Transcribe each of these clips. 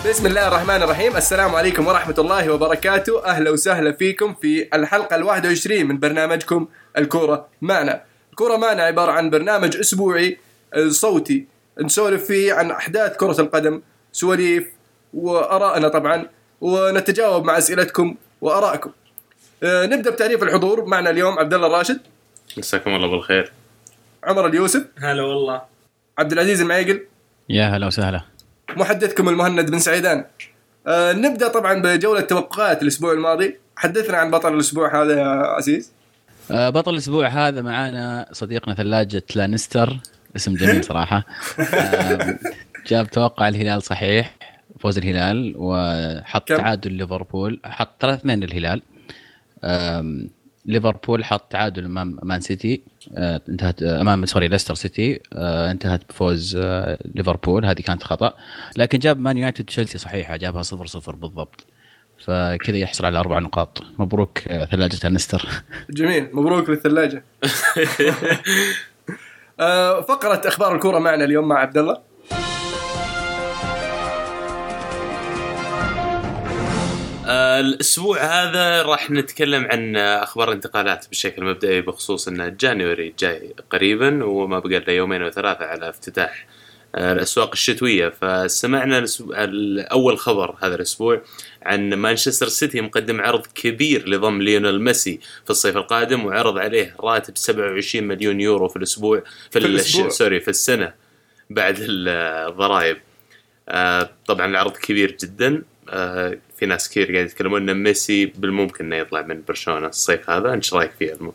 بسم الله الرحمن الرحيم. السلام عليكم ورحمة الله وبركاته. أهلا وسهلا فيكم في الحلقة 21 من برنامجكم الكورة معنا. الكورة معنا عبارة عن برنامج أسبوعي صوتي نسولف فيه عن أحداث كرة القدم، سواليف وآراءنا طبعا، ونتجاوب مع أسئلتكم وآرائكم. نبدأ بتعريف الحضور. معنا اليوم عبد الله الراشد. مساكم الله بالخير. عمر اليوسف. هلا والله. عبد العزيز المعيقل. يا هلا وسهلا. محدثكم المهند بن سعيدان. نبدأ طبعا بجولة توقعات الأسبوع الماضي. حدثنا عن بطل الأسبوع هذا يا عزيز. بطل الأسبوع هذا معانا صديقنا ثلاجة لانستر، اسم جميل صراحة. جاب توقع الهلال صحيح، فوز الهلال، وحط تعادل ليفربول، حط 3-2 للهلال. ليفربول حط تعادل امام مان سيتي، انتهت امام ليستر سيتي، انتهت بفوز ليفربول، هذه كانت خطأ. لكن جاب مان يونايتد تشيلسي صحيحة، جابها 0-0 بالضبط، فكذا يحصل على 4 نقاط. مبروك ثلاجة النستر. جميل، مبروك للثلاجة. فقرة أخبار الكورة معنا اليوم مع عبد الله. الأسبوع هذا راح نتكلم عن أخبار انتقالات بشكل مبدئي، بخصوص أن جانيوري جاي قريبا وما بقى لنا يومين أو 3 على افتتاح الأسواق الشتوية. فسمعنا أول خبر هذا الأسبوع عن مانشستر سيتي مقدم عرض كبير لضم ليونيل ميسي في الصيف القادم، وعرض عليه راتب 27 مليون يورو في الأسبوع في السنة بعد الضرائب. طبعا العرض كبير جدا. في ناس كثير قاعد يتكلمون ان ميسي بالممكن انه يطلع من برشلونة الصيف هذا. انت رايك فيه المو؟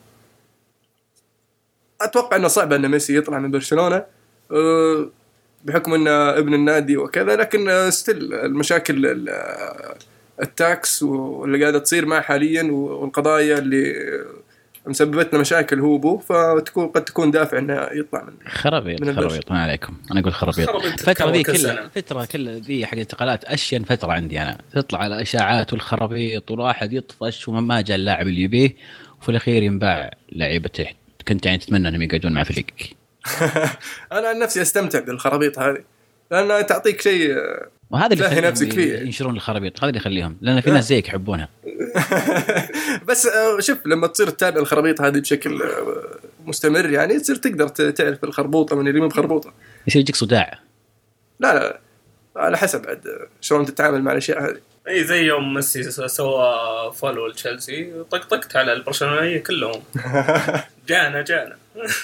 اتوقع انه صعب ان ميسي يطلع من برشلونة بحكم انه ابن النادي وكذا، لكن ستيل المشاكل التاكس واللي قاعدة تصير معه حاليا والقضايا اللي مسببتنا مشاكل هو بو، فتكون قد تكون دافع انه يطلع من خرابيط. ما عليكم، انا اقول خرابيط. فتره ذي كل ذي حق انتقالات اشين فتره عندي انا، تطلع على اشاعات والخرابيط، والواحد يطفش وما جاء اللاعب اللي يبيه، وفي الاخير ينباع لعيبته كنت يعني تتمنى انهم يقعدون مع فريقك. انا عن نفسي استمتع بالخرابيط هذه لانها تعطيك شيء، وهذا اللي يخلي نفسك فيه ينشرون الخرابيط، هذا اللي يخليهم، لان في ناس زيك يحبونها. بس شوف، لما تصير تتابع الخرابيط هذه بشكل مستمر يعني تصير تقدر تعرف الخربوطه من اللي مو بخربوطه، يصير يجيك صداع. لا على حسب عاد شلون تتعامل مع الاشياء هذه. اي زي يوم ميسي سوى فولو لتشيلسي، طقطقت على البرشلونيه كلهم. جانا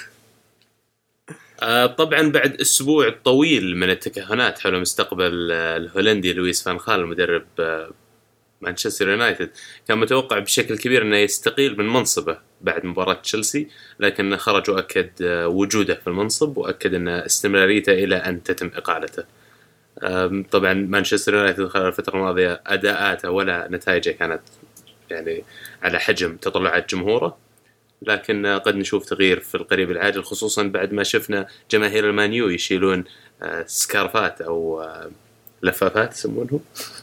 طبعا بعد أسبوع طويل من التكهنات حول مستقبل الهولندي لويس فان خال مدرب مانشستر يونايتد، كان متوقع بشكل كبير أنه يستقيل من منصبه بعد مباراة تشيلسي، لكن خرج وأكد وجوده في المنصب، وأكد أن استمراريته إلى أن تتم إقالته. طبعا مانشستر يونايتد خلال الفترة الماضية أداءاته ولا نتائجه كانت يعني على حجم تطلعات جمهوره، لكن قد نشوف تغيير في القريب العاجل، خصوصا بعد ما شفنا جماهير المانيو يشيلون سكارفات أو لفافات يسمونهم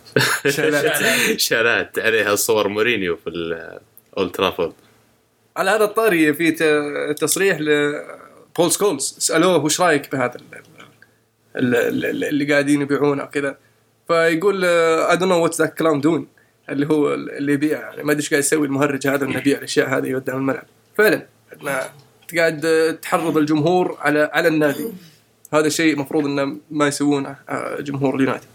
شالات عليها صور مورينيو في الأولد ترافورد. على هذا الطاري في تصريح لبول سكولز، سألوه وش رأيك بهذا اللي قاعدين يبيعونه كذا، فيقول I don't know what's that clown doing، اللي هو اللي يبيع يعني ما أدري إيش قاعد يسوي المهرج هذا إنه يبيع الأشياء هذه يوديها الملعب. فعلا ما قاعد تحرض الجمهور على النادي، هذا شيء مفروض إنه ما يسوونه جمهور اليونايتد.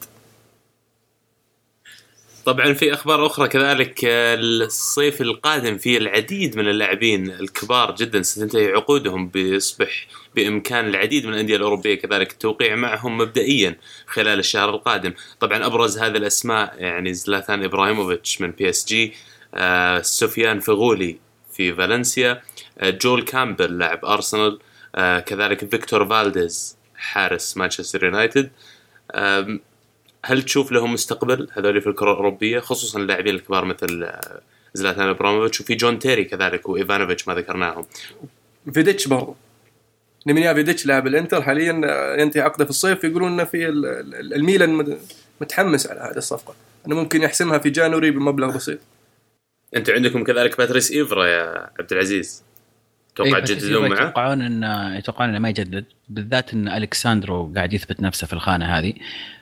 طبعا في أخبار أخرى كذلك، الصيف القادم فيه العديد من اللاعبين الكبار جدا ستنتهي عقودهم، بيصبح بإمكان العديد من الأندية الأوروبية كذلك التوقيع معهم مبدئيا خلال الشهر القادم. طبعا أبرز هذه الأسماء يعني زلاتان إبراهيموفيتش من PSG، سفيان فغولي في فالنسيا، جول كامبل لاعب أرسنال، كذلك فيكتور فالديز حارس مانشستر يونايتد. هل تشوف لهم مستقبل هذول في الكرة الأوروبية، خصوصا اللاعبين الكبار مثل زلاتان إبراهيموفيتش، وفي جون تيري كذلك، وإيفانوفيتش ما ذكرناهم، فيديتش برضو، نيمينيا فيديتش لاعب الانتر حاليا ينتهي عقده في الصيف، يقولون إن في الميلان متحمس على هذه الصفقة، أنه ممكن يحسمها في جانوري بمبلغ بسيط. أنت عندكم كذلك باتريس إيفرا يا عبد العزيز، توقع يجددون معه؟ يتوقعون إنه ما يجدد، بالذات إن ألكساندرو قاعد يثبت نفسه في الخانة هذه.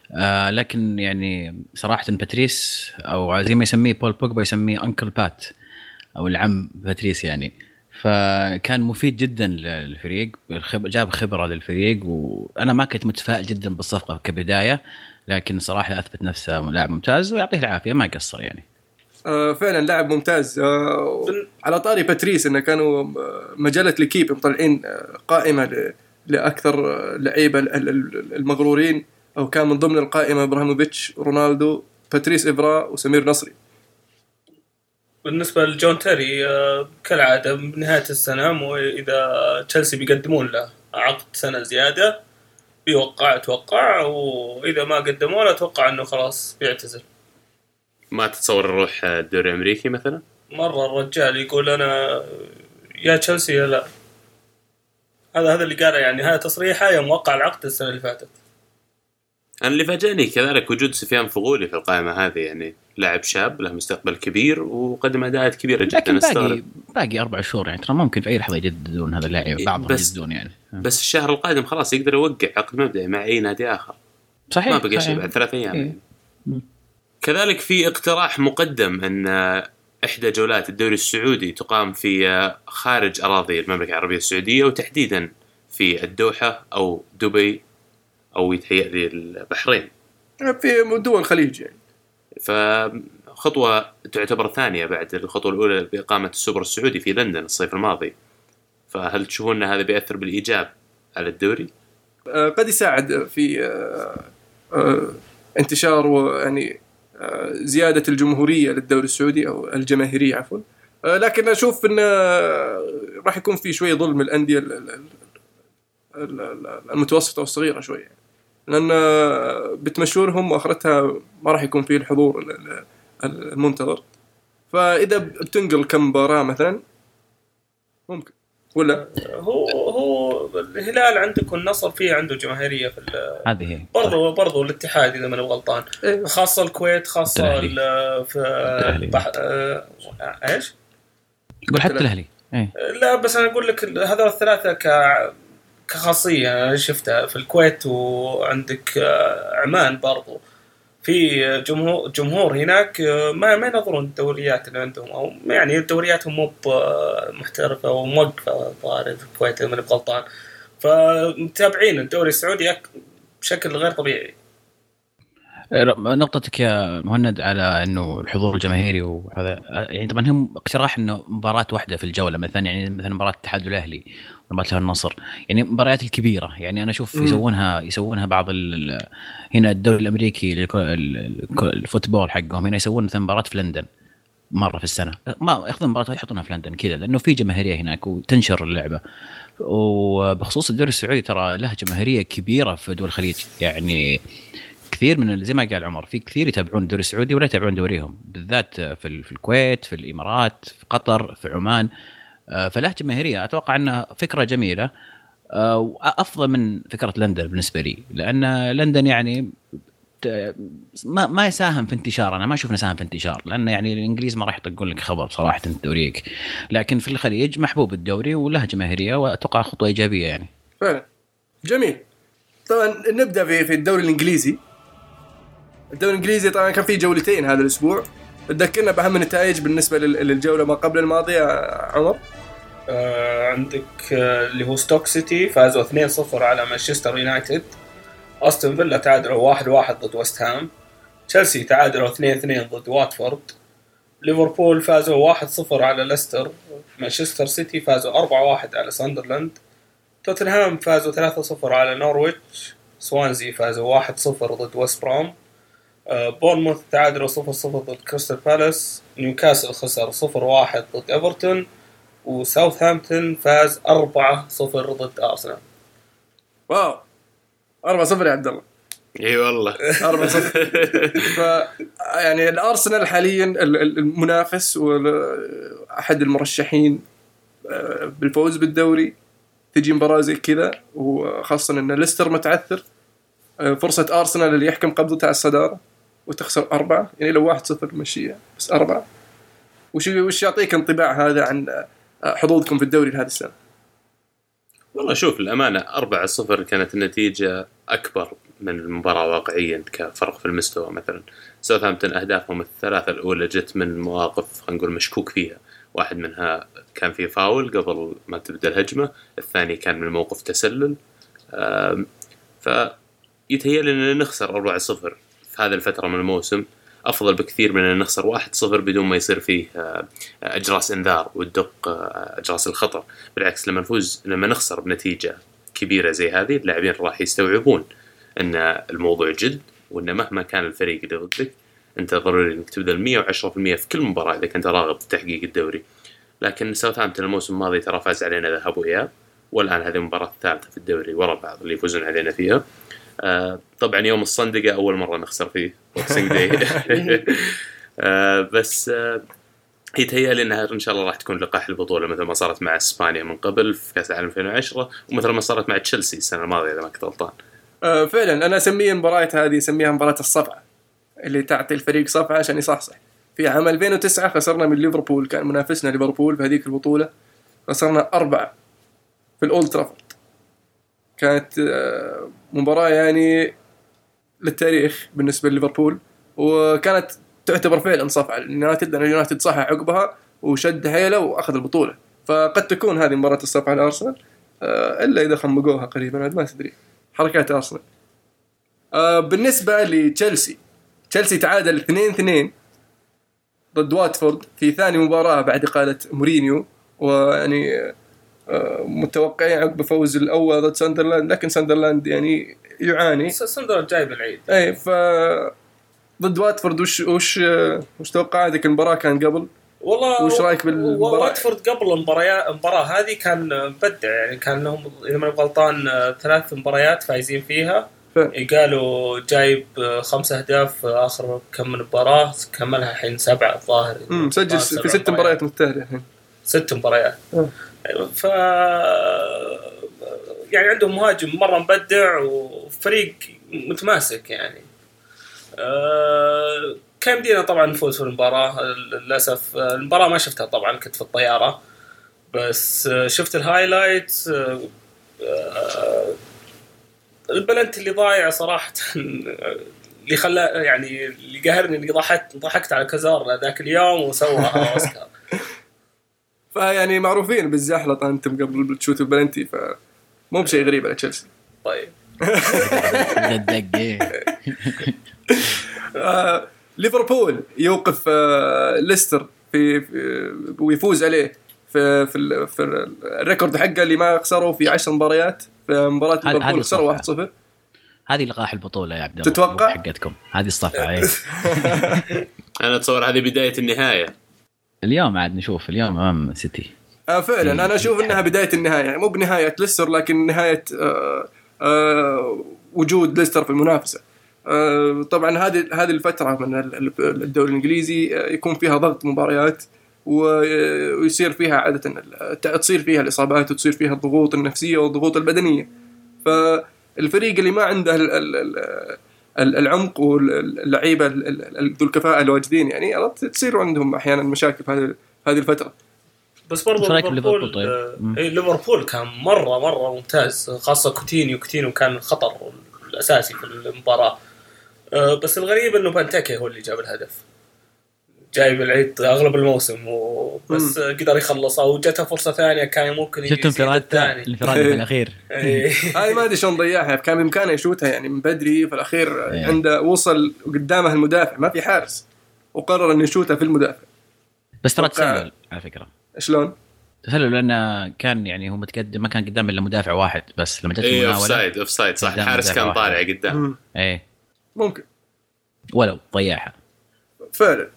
لكن يعني صراحه باتريس او زي ما يسميه بول بوجبا يسميه انكل بات او العم باتريس يعني. فكان مفيد جدا للفريق، جاب خبره للفريق، وانا ما كنت متفائل جدا بالصفقه كبدايه، لكن صراحه اثبت نفسه لاعب ممتاز ويعطيه العافيه ما قصر يعني. فعلا لاعب ممتاز. على طاري باتريس انه كانوا مجله ليكيب مطلعين قائمه لاكثر لعيبه المغرورين، او كان من ضمن القائمه ابراهيموفيتش، رونالدو، باتريس إفرا وسمير نصري. بالنسبة لجون تيري كالعادة بنهاية السنة إذا تشيلسي بيقدمون له عقد سنة زيادة توقع، وإذا ما قدموا له أتوقع أنه خلاص بيعتزل. ما تتصور نروح الدوري الأمريكي مثلا؟ مرة الرجال يقول أنا يا تشيلسي يا لا. هذا اللي قاله يعني، هذا تصريحه يوم وقع العقد السنة اللي فاتت. أنا اللي فاجأني كذلك وجود سفيان فغولي في القائمة هذه، يعني لاعب شاب له مستقبل كبير وقدم أداءات كبيرة جدا. لكن باقي 4 شهور يعني، ترى ممكن في أي لحظة يجددون هذا اللاعب، بعضهم يجددون يعني. بس الشهر القادم خلاص يقدر يوقع عقد مبدئي مع أي نادي آخر. صحيح. ما بقى شيء بعد 3 أيام يعني. كذلك في اقتراح مقدم أن إحدى جولات الدوري السعودي تقام في خارج أراضي المملكة العربية السعودية، وتحديدا في الدوحة أو دبي أو يتهيأ لي البحرين، في دول الخليج يعني. فخطوة تعتبر ثانية بعد الخطوة الأولى بإقامة السوبر السعودي في لندن الصيف الماضي. فهل تشوفون أن هذا بيأثر بالإيجاب على الدوري؟ قد يساعد في انتشار ويعني زيادة الجمهورية للدوري السعودي أو الجماهيرية عفوا. لكن أشوف أن راح يكون في شوية ظلم الأندية المتوسطة والصغيرة شوية، لأن بتمشورهم وآخرتها ما راح يكون فيه الحضور المنتظر. فإذا بتنقل كم مباراة مثلا ممكن، ولا هو الهلال عندك والنصر فيه عنده جماهيرية في هذه برضو الاتحاد إذا ما أنا غلطان، خاصة الكويت، خاصة في إيش يقول حتى الأهلي. لا بس أنا أقول لك هذول الثلاثة كخاصية أنا شفتها في الكويت، وعندك عمان برضو في جمهور هناك ما ينظرون الدوريات اللي عندهم، أو يعني دورياتهم مو محترفة وموقفة ظاهر في الكويت من غلطان، فمتابعين الدوري السعودي بشكل غير طبيعي. نقطتك يا مهند على انه الحضور الجماهيري وهذا، يعني طبعا هم اقتراح انه مباراه واحده في الجوله مثلا، يعني مثلا مباراه الاتحاد الاهلي ومباراه النصر، يعني المباريات الكبيره. يعني انا اشوف يسوونها بعض هنا الدوري الامريكي الفوتبول حقهم هنا يسوون مثلا مباراه في لندن مره في السنه، ما ياخذون مباراه يحطونها في لندن كذا، لانه في جماهيريه هناك وتنشر اللعبه. وبخصوص الدوري السعودي ترى له جماهيريه كبيره في دول الخليج، يعني كثير من زي ما قال عمر، في كثير يتابعون الدوري السعودي ولا يتابعون دوريهم، بالذات في الكويت، في الامارات، في قطر، في عمان. فله جماهيريه. اتوقع انها فكره جميله وافضل من فكره لندن بالنسبه لي، لان لندن يعني ما يساهم في انتشار. انا ما اشوف نساهم في انتشار، لان يعني الانجليز ما راح يطقون لك خبر صراحه دوريك، لكن في الخليج محبوب الدوري وله جماهيريه، واتوقع خطوه ايجابيه يعني. فعلا جميل. طبعا نبدا في الدوري الانجليزي. الدوري الانجليزي طبعا كان فيه جولتين هذا الاسبوع، تذكرنا باهم النتائج بالنسبه للجوله ما قبل الماضيه عمر. عندك اللي هو ستوك سيتي فازوا 2-0 على مانشستر يونايتد. أستون فيلا تعادلوا 1-1 ضد ويست هام. تشيلسي تعادلوا 2-2 ضد واتفورد. ليفربول فازوا 1-0 على ليستر. مانشستر سيتي فازوا 4-1 على ساندرلاند. توتنهام فازوا 3-0 على نورويتش. سوانزي فازوا 1-0 ضد ويست بروم. بورنموث تعادلوا 0-0 ضد كريستال بالاس. نيوكاسل خسر 0-1 ضد إيفرتون. وساوثهامبتون فاز 4-0 ضد أرسنال. واو 4-0 يا عبد الله. اي والله 4-0. يعني الأرسنال حاليا المنافس وأحد المرشحين بالفوز بالدوري. تجي مباراة زي كذا، وخاصة أن ليستر متعثر، فرصة أرسنال اللي يحكم قبضته على الصدارة وتخسر 4. يعني لو 1-0 مشيها، بس 4. وش يعطيك انطباع هذا عن حظوظكم في الدوري لهذه السنة؟ والله شوف الأمانة 4-0 كانت النتيجة أكبر من المباراة واقعيا كفرق في المستوى. مثلا ساوثهامبتون أهدافهم الثلاثة الأولى جت من مواقف خلينا نقول مشكوك فيها، واحد منها كان فيه فاول قبل ما تبدأ الهجمة، الثاني كان من موقف تسلل. فيتهيألي أننا نخسر 4-0 في هذه الفترة من الموسم أفضل بكثير من أن نخسر 1-0 بدون ما يصير فيه أجراس إنذار والدق أجراس الخطر. بالعكس لما نخسر بنتيجة كبيرة زي هذه، اللاعبين راح يستوعبون أن الموضوع جد، وأن مهما كان الفريق اللي ضدك أنت ضروري أنك تبذل 110% في كل مباراة إذا كنت راغب في تحقيق الدوري. لكن ساوثهامبتون الموسم الماضي ترى فاز علينا ذهاب وإياب، والآن هذه المباراة الثالثة في الدوري ورا بعض اللي يفوزون علينا فيها. طبعا يوم الصندقة أول مرة نخسر فيه Boxing Day. بس يتهيألي أنها إن شاء الله راح تكون لقاح البطولة مثل ما صارت مع إسبانيا من قبل في كأس العالم 2010، ومثل ما صارت مع تشيلسي السنة الماضية إذا ما كنت غلطان. فعلا أنا أسميه المباراة هذه أسميها مباراة الصفعة، اللي تعطي الفريق صفعة عشان يصحصح. في عام 2009 خسرنا من ليفربول، كان منافسنا ليفربول في هذيك البطولة، خسرنا 4 في الأولد ترافورد. كانت مباراة يعني للتاريخ بالنسبة لليفربول، وكانت تعتبر فعلا صفعة لليونايتد، لأن اليونايتد صحى عقبها وشد حيله وأخذ البطولة. فقد تكون هذه مباراة الصفعة لأرسنال، إلا إذا خمقوها قريبا، ما تدري حركات أرسنال. بالنسبة لتشيلسي، تشيلسي تعادل 2-2 ضد واتفورد في ثاني مباراة بعد إقالة مورينيو، ويعني متوقعين عقب فوز الأول ضد ساندرلاند، لكن ساندرلاند يعني يعاني. ساندرلاند جايب العيد. أي ضد واتفورد وش توقع ذيك المباراة كان قبل؟ والله وش رأيك بالمباراة؟ واتفورد قبل المباراة هذه كان مبدع، يعني كان لهم إذا ما غلطان 3 مباريات فايزين فيها. قالوا جايب 5 أهداف آخر كم من مباراة، كملها الحين 7 الظاهر. سجل في 6 مباريات متتالية الحين. 6 مباريات. ف يعني عندهم مهاجم مرة مبدع وفريق متماسك يعني. كان بدينا طبعا نفوز في المباراة. للأسف المباراة ما شفتها طبعا، كنت في الطيارة، بس شفت الهايلايت. البلنت اللي ضايع صراحة اللي خلى يعني اللي قهرني، اللي ضحكت على كازار ذاك اليوم وسوى أوسكار. فيعني معروفين بالزحلط أنتم قبل بتشوتوا بلنتي، فمو بشيء غريب على تشيلسي. طيب. ليفربول يوقف ليستر في ويفوز عليه في الريكورد حقه اللي ما خسروا في 10 مباريات. في مباراة ليفربول خسروا 1-0. هذه لقاح البطولة يا عبد الله، تتوقع حقتكم هذه الصفعة. أنا أتصور هذه بداية النهاية. اليوم عاد نشوف اليوم أمام سيتي. فعلا أنا أشوف إنها بداية النهاية، يعني مو بنهاية ليستر لكن نهاية وجود ليستر في المنافسة. طبعا هذه الفترة من الدوري الإنجليزي يكون فيها ضغط مباريات، ويصير فيها عادة تصير فيها الإصابات، وتصير فيها الضغوط النفسية والضغوط البدنية. فالفريق اللي ما عنده العمق واللعيبة ذو الكفاءة الواجدين يعني تصير عندهم أحيانا مشاكل في هذه الفترة. بس برضو ليفربول كان مرة ممتاز، خاصة كوتينيو كان الخطر الأساسي في المباراة. بس الغريب إنه بانتاكي هو اللي جاب الهدف، جايب العيد أغلب الموسم بس قدر يخلصها، وجته فرصة ثانية كان ممكن يزيد الثاني الانفراد الأخير. هاي ما أدري شلون ضيعها، كان بإمكانه يشوتها يعني من بدري، في الأخير عنده وصل قدامه المدافع ما في حارس، وقرر إنه يشوتها في المدافع. بس ترى تسلل على فكرة. شلون؟ تسلل لأنه كان يعني هو متقدم، ما كان قدام إلا مدافع واحد بس. لما جت المناولة أوف سايد صح، الحارس كان طالع قدام. ممكن ولو ضيعها فعلا.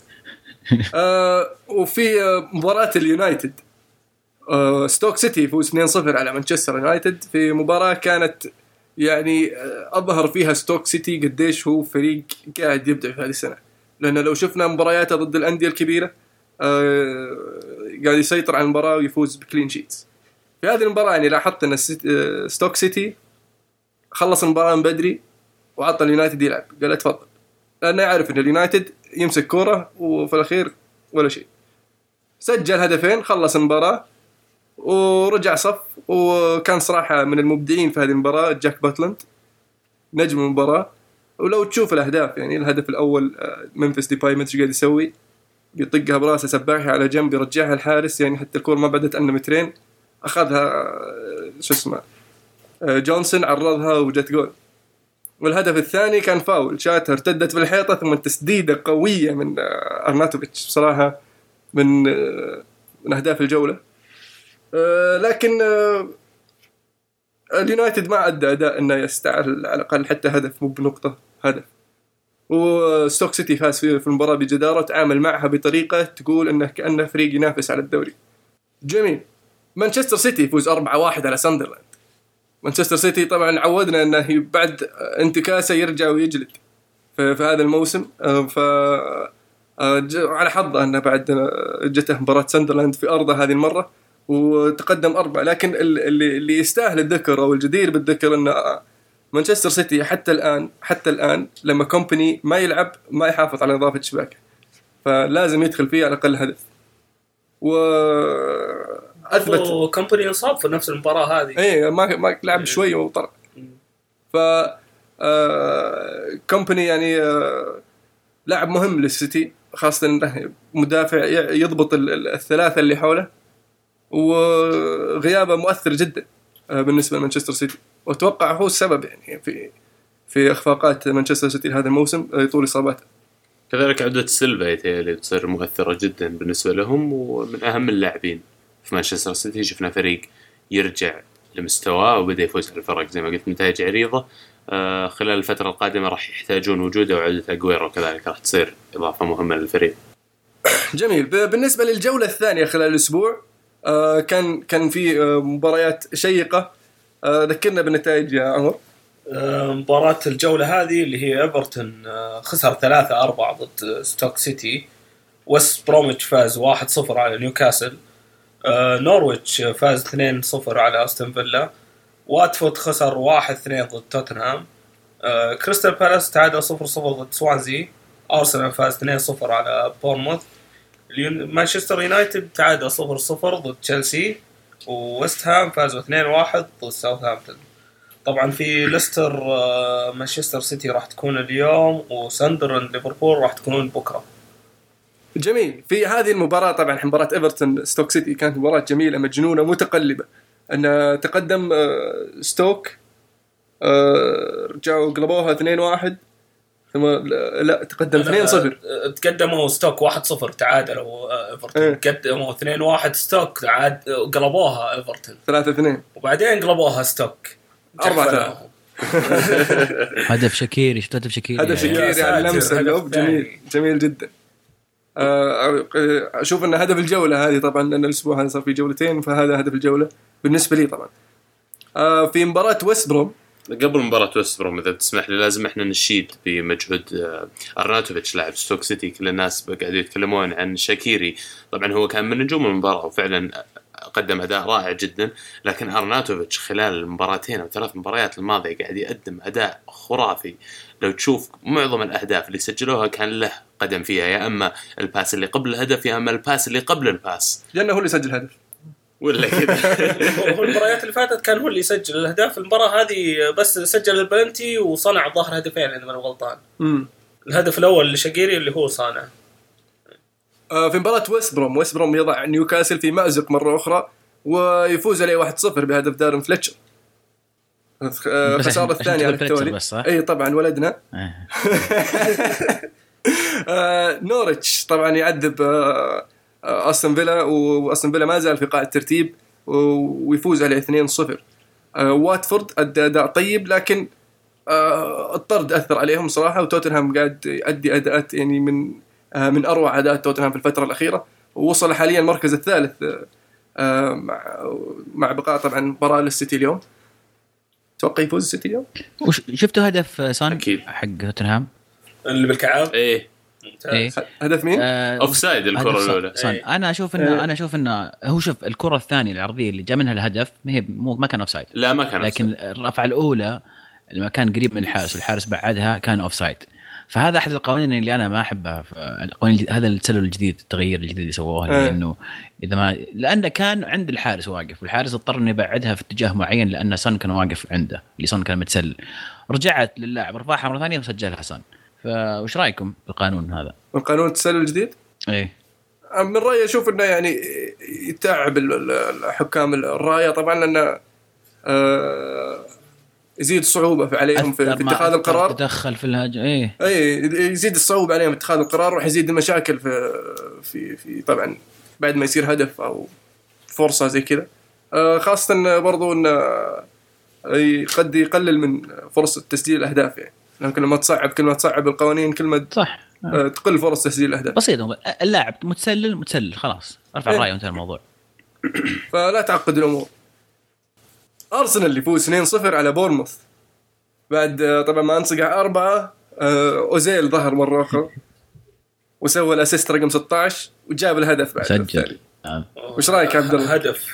وفي مباراة اليونايتد، ستوك سيتي يفوز 2-0 على مانشستر يونايتد في مباراة كانت يعني أظهر فيها ستوك سيتي قديش هو فريق قاعد يبدع في هذه السنة. لأن لو شفنا مبارياته ضد الأندية الكبيرة قاعد يسيطر على المباراة ويفوز بكلين شيتس. في هذه المباراة يعني لاحظت أن ستوك سيتي خلص المباراة من بدري وعطى اليونايتد يلعب، قال اتفضل، لأنه يعرف أن اليونايتد يمسك كرة وفي الأخير ولا شيء. سجل هدفين، خلص المباراة ورجع صف، وكان صراحة من المبدعين في هذه المباراة جاك باتلاند. نجم المباراة. ولو تشوف الأهداف يعني الهدف الأول منفس ديباي ما قاعد يسوي، بيطقها براسه سباحها على جنب يرجعها الحارس، يعني حتى الكرة ما بدت أنه مترين أخذها شو اسمه جونسون عرضها وجت جول. والهدف الثاني كان فاول شاتها ارتدت بالحيطة ثم تسديدة قوية من أرناتوفيتش بصراحة من أهداف الجولة. لكن اليونايتد ما أدى أداء إنه يستعمل على الأقل حتى هدف مو بنقطة هدف. وستوك سيتي فاز في المباراة بجدارة وتعامل معها بطريقة تقول إنه كأنه فريق ينافس على الدوري. جميل. مانشستر سيتي يفوز 4-1 على ساندرلاند. مانشستر سيتي طبعا عودنا إنه بعد انتكاسة يرجع ويجلد في هذا الموسم، على حظه أنه بعد جته مباراة ساندرلاند في أرضه هذه المرة وتقدم 4. لكن اللي يستاهل الذكر أو الجدير بالذكر أن مانشستر سيتي حتى الآن لما كومباني ما يلعب ما يحافظ على نظافة شباكه، فلازم يدخل فيه على الأقل هدف. أثبت كومباني انصاب في نفس المباراة هذه، إيه ما لعب شوي وطلع. كومباني يعني لاعب مهم للسيتي، خاصة إنه مدافع يضبط الثلاثة اللي حوله، وغيابه مؤثر جدا بالنسبة لمانشستر سيتي، وأتوقع هو السبب يعني في إخفاقات مانشستر سيتي هذا الموسم طول إصاباته. كذلك عودة سيلفا اللي بتصير مؤثرة جدا بالنسبة لهم، ومن أهم اللاعبين في مانشستر سيتي. شفنا فريق يرجع لمستواه وبدأ يفوز على الفرق زي ما قلت نتائج عريضة. خلال الفترة القادمة راح يحتاجون وجوده، وعودة أغويرو كذلك راح تصير إضافة مهمة للفريق. جميل. بالنسبة للجولة الثانية خلال الأسبوع كان في مباريات شيقة. ذكرنا بالنتائج يا عمر. مباراة الجولة هذه اللي هي إيفرتون خسر 3-4 ضد ستوك سيتي. وست بروميتش فاز 1-0 على نيوكاسل. نورويتش فاز 2-0 على أستون فيلا. واتفورد خسر 1-2 ضد توتنهام. كريستال بالاس تعادل 0-0 ضد سوانزي. أرسنال فاز 2-0 على بورنموث. مانشستر يونايتد تعادل 0-0 ضد تشيلسي. وويست هام فازوا 2-1 ضد ساوثهامبتون. طبعا في ليستر مانشستر سيتي راح تكون اليوم، وساندرلاند ليفربول راح تكون بكرة. جميل. في هذه المباراة طبعا مباراة إيفرتون ستوك سيتي كانت مباراة جميلة مجنونة متقلبة. أن تقدم ستوك رجعوا قلبوها 2-1 ثم لا تقدم 2-0. تقدموا ستوك 1-0 تعادلوا إيفرتون. قدموا 2-1 ستوك قلبوها إيفرتون 3-2 وبعدين قلبوها ستوك 4. هدف شكيري. شفت هدف شكيري على لمسة جميل جدا. أشوف أن هدف الجولة هذه طبعا لأن الأسبوع هذا صار في جولتين، فهذا هدف الجولة بالنسبة لي طبعا. في مباراة ويست بروم، قبل مباراة ويست بروم إذا تسمح لي لازم إحنا نشيد بمجهود أرناتوفيتش لاعب ستوك سيتي. كل الناس قاعدوا يتكلمون عن شاكيري، طبعا هو كان من نجوم المباراة وفعلا قدم أداء رائع جدا. لكن أرناتوفيتش خلال المباراتين أو 3 مباريات الماضية قاعد يقدم أداء خرافي. لو تشوف معظم الأهداف اللي سجلوها كان له قدم فيها، يا أما الباس اللي قبل الهدف يا أما الباس اللي قبل الباس، لأنه هو اللي سجل هدف ولا كذا. المباريات اللي فاتت كان هو اللي يسجل الأهداف. المباراة هذه بس سجل البلنتي وصنع ظهر هدفين إذا ما أنا غلطان. الهدف الأول لشاكيري اللي هو صانع. في مباراة ويست بروم يضع نيوكاسل في مأزق مرة أخرى ويفوز عليه 1-0 بهدف دارن فليتشر. خسارة الثانية على التوالي. أي طبعا ولدنا. نوريتش طبعا يعذب أستون فيلا، وأستون فيلا ما زال في قاع الترتيب ويفوز عليه 2-0. واتفورد أدى أداء طيب لكن الطرد أثر عليهم صراحة، وتوتنهام قاعد يؤدي أداءات يعني من أروع أداءات توتنهام في الفترة الأخيرة، ووصل حاليا المركز الثالث مع بقاء طبعا مباراة للسيتي اليوم. توقع يفوز السيتي اليوم. شفتوا هدف سان أكيد. حق توتنهام اللي بالكعب؟ إيه. هدف مين؟ أوفسايد الكرة الأولى. أنا أشوف إنه هو شوف الكرة الثانية العرضية اللي جاء منها الهدف ما كان أوفسايد. لا ما كان. لكن الرفعة الأولى لما كان قريب من الحارس والحارس بعدها كان أوفسايد. فهذا احد القوانين اللي انا ما احبها. القوانين هذا التسلل الجديد، التغيير الجديد اللي سووه، لانه اذا ما لانه كان عند الحارس واقف، والحارس اضطر انه يبعدها في اتجاه معين لان سون كان واقف عنده، اللي سون كان متسلل، رجعت للاعب رفعها مره ثانيه وسجلها سون. فوش رايكم بالقانون هذا؟ القانون التسلل الجديد ايه من رأيي أشوف إنه يعني يتعب الحكام الراية طبعا، لأنه يزيد الصعوبة عليهم في اتخاذ القرار، تدخل في الهجمة. ايه يزيد الصعوبة عليهم اتخاذ القرار، وراح يزيد المشاكل في طبعا بعد ما يصير هدف أو فرصة زي كذا. خاصة برضو إنه قد يقلل من فرصة تسجيل الأهداف، يعني لأن كل ما تصعب القوانين كل ما صح تقل فرص تسجيل الأهداف. بسيط، اللاعب متسلل خلاص ارفع الراية وانتهى الموضوع. فلا تعقد الأمور. أرسنال اللي يفوز 2-0 على بورنموث بعد طبعا ما انصقع 4. أوزيل ظهر مرة أخرى وسوى الأسيست رقم 16 وجاب الهدف بعد سجل. وش رأيك عبد الله؟ هدف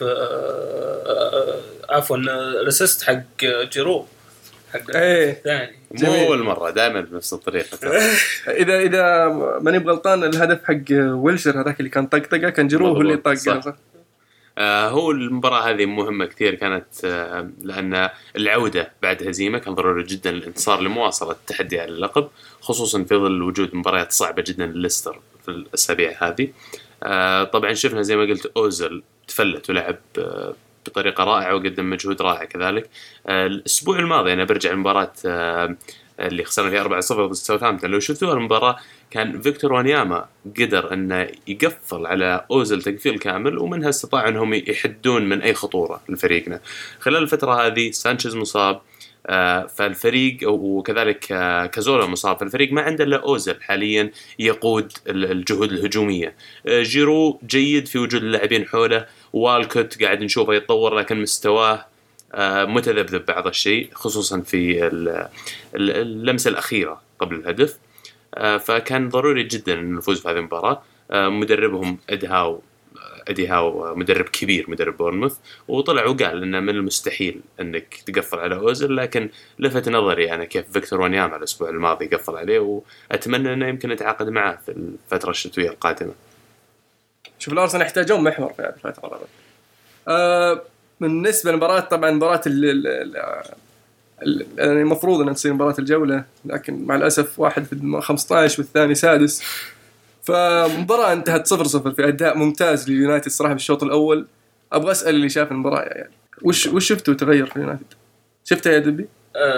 عفوا الأسيست حق جيرو حق الثاني مو أول مرة، دائما بنفس الطريقة. إذا ماني بغلطان الهدف حق ويلشر هذاك اللي كان طقطقة كان جيرو هو اللي طق. هو المباراة هذه مهمة كثير كانت، لأن العودة بعد هزيمة كان ضروري جدا الانتصار لمواصلة التحدي على اللقب، خصوصا في ظل وجود مباريات صعبة جدا لليستر في الأسابيع هذه. طبعا شفنا زي ما قلت أوزل تفلت ولعب بطريقة رائعة وقدم مجهود رائع كذلك. الأسبوع الماضي أنا برجع المباراة اللي خسرنا فيها 4-0 ضد ساوثهامبتون، لو شفتوها المباراة كان فيكتور وانياما قدر أنه يقفل على أوزل تقفيل كامل، ومنها استطاع أنهم يحدون من أي خطورة لفريقنا. خلال الفترة هذه سانشيز مصاب، فالفريق وكذلك كازولا مصاب، فالفريق ما عنده إلا أوزل حاليا يقود الجهود الهجومية. جيرو جيد في وجود اللاعبين حوله، والكوت قاعد نشوفه يتطور لكن مستواه متذبذب بعض الشيء، خصوصا في اللمسة الأخيرة قبل الهدف. فكان ضروري جدا أن نفوز في هذه المباراة. مدربهم أدي هاو مدرب كبير، مدرب بورنموث، وطلع وقال إنه من المستحيل أنك تقفل على أوزل، لكن لفت نظري أنا كيف فيكتور وانياما الأسبوع الماضي قفل عليه، وأتمنى أنه يمكن يتعاقد معه في الفترة الشتوية القادمة. شوف الأرسنال يحتاجون محور في هذه الفترة. بالنسبة للمباراة طبعا مباراة المفروض أن تصير مباراة الجولة، لكن مع الأسف واحد في 15 والثاني سادس، فمباراة انتهت 0-0 في أداء ممتاز ليونايتد صراحة بالشوط الأول. أبغى أسأل اللي شاف المباراة يعني وش شفتوا تغير في يونايتد؟ شفتها يا دبي؟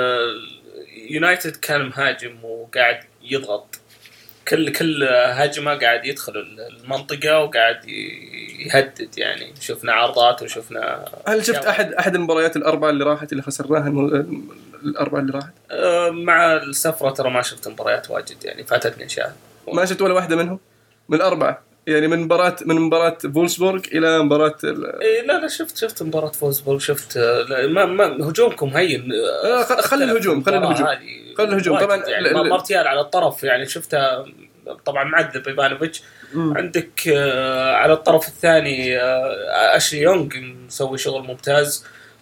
يونايتد كان مهاجم وقاعد يضغط، كل هجمة قاعد يدخل المنطقة وقاعد يهدد، يعني شفنا عرضات وشفنا. هل شفت أحد المباريات الأربعة اللي راحت اللي خسرناها الأربعة اللي راحت؟ مع السفرة ترى ما شفت مباريات واجد، يعني فاتتني أشياء. ما شفت ولا واحدة منهم من الأربعة، يعني من مباراة فولسبورغ إلى مباراة لا شفت مباراة فولسبورغ، شفت ما هجومكم هين. خلي الهجوم طبعا يعني مارتيال على الطرف يعني شفتها طبعا معذب إيفانوفيتش. عندك على الطرف الثاني أشلي يونغ مسوي شغل ممتاز.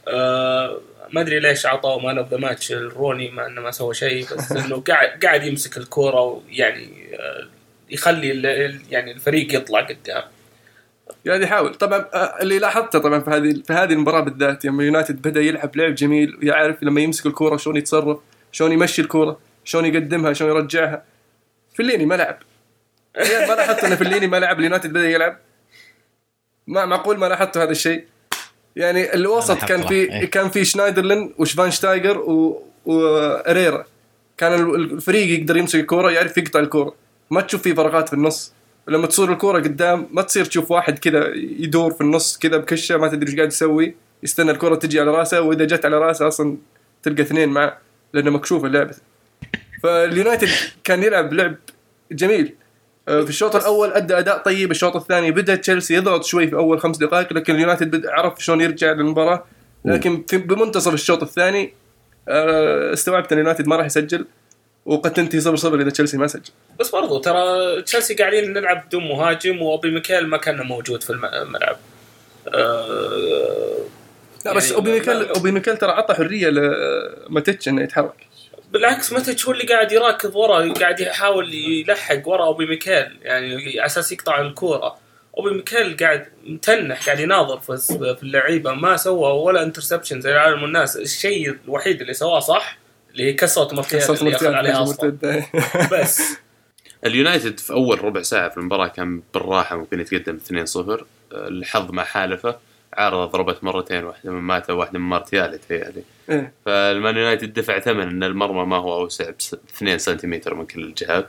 ما أدري ليش عطاه مان اوف ذا ماتش الروني مع إنه ما سوى شيء، بس إنه قاعد يمسك الكرة ويعني يخلي يعني الفريق يطلع قدام، يعني يحاول. طبعا اللي لاحظته طبعا في هذه المباراة بالذات، يعني يونايتد بدأ يلعب لعب جميل، ويعرف لما يمسك الكرة شلون يتصرف، شلون يمشي الكرة، شلون يقدمها، شلون يرجعها. فليني ما لعب، يعني ما لاحظت ان فليني ما لعب، اليونايتد بدأ يلعب. ما معقول ما لاحظت هذا الشيء. يعني الوسط كان في شنايدرلين وشفانشتايجر وإريرا، كان الفريق يقدر يمسك الكرة، يعرف يقطع الكرة، ما تشوف فيه فراغات في النص. لما تصير الكرة قدام ما تصير تشوف واحد كذا يدور في النص كذا بكشة ما تدري ايش قاعد يسوي، يستنى الكرة تجي على راسه، واذا جت على راسه اصلا تلقى اثنين معه لانه مكشوف اللعبة. فاليونايتد كان يلعب لعب جميل في الشوط الاول، ادى اداء طيب. الشوط الثاني بدا تشيلسي يضغط شوي في اول 5 دقائق، لكن اليونايتد عرف شلون يرجع للمباراة. لكن بمنتصف الشوط الثاني استوعبت ان اليونايتد ما راح يسجل، وقد تنتهي 0-0 إذا تشيلسي ما سجل. بس برضو ترى تشيلسي قاعدين نلعب بدون مهاجم، وأوبي ميكيل ما كان موجود في الملعب. لا بس يعني أوبي ميكيل ترى عطى حرية لماتيتش إنه يتحرك. بالعكس متى هو اللي قاعد يراكض ورا، قاعد يحاول يلحق ورا أوبي ميكيل يعني على أساس يقطع الكورة. أوبي ميكيل قاعد متنح، قاعد يناظر في اللعيبة، ما سوى ولا انترسبشن زي العالم والناس. الشيء الوحيد اللي سواه صح اللي هي كسرت مرتين اللي أخذ عليها أصلا. بس اليونايتد في أول ربع ساعة في المباراة كان بالراحة ممكن يتقدم 2-0. الحظ ما حالفه، عارضة ضربت مرتين، واحدة من ماتا واحدة من مارتيال تهيألي. فالمان يونايتد دفع ثمن أن المرمى ما هو أوسع 2 سنتيمتر من كل الجهات.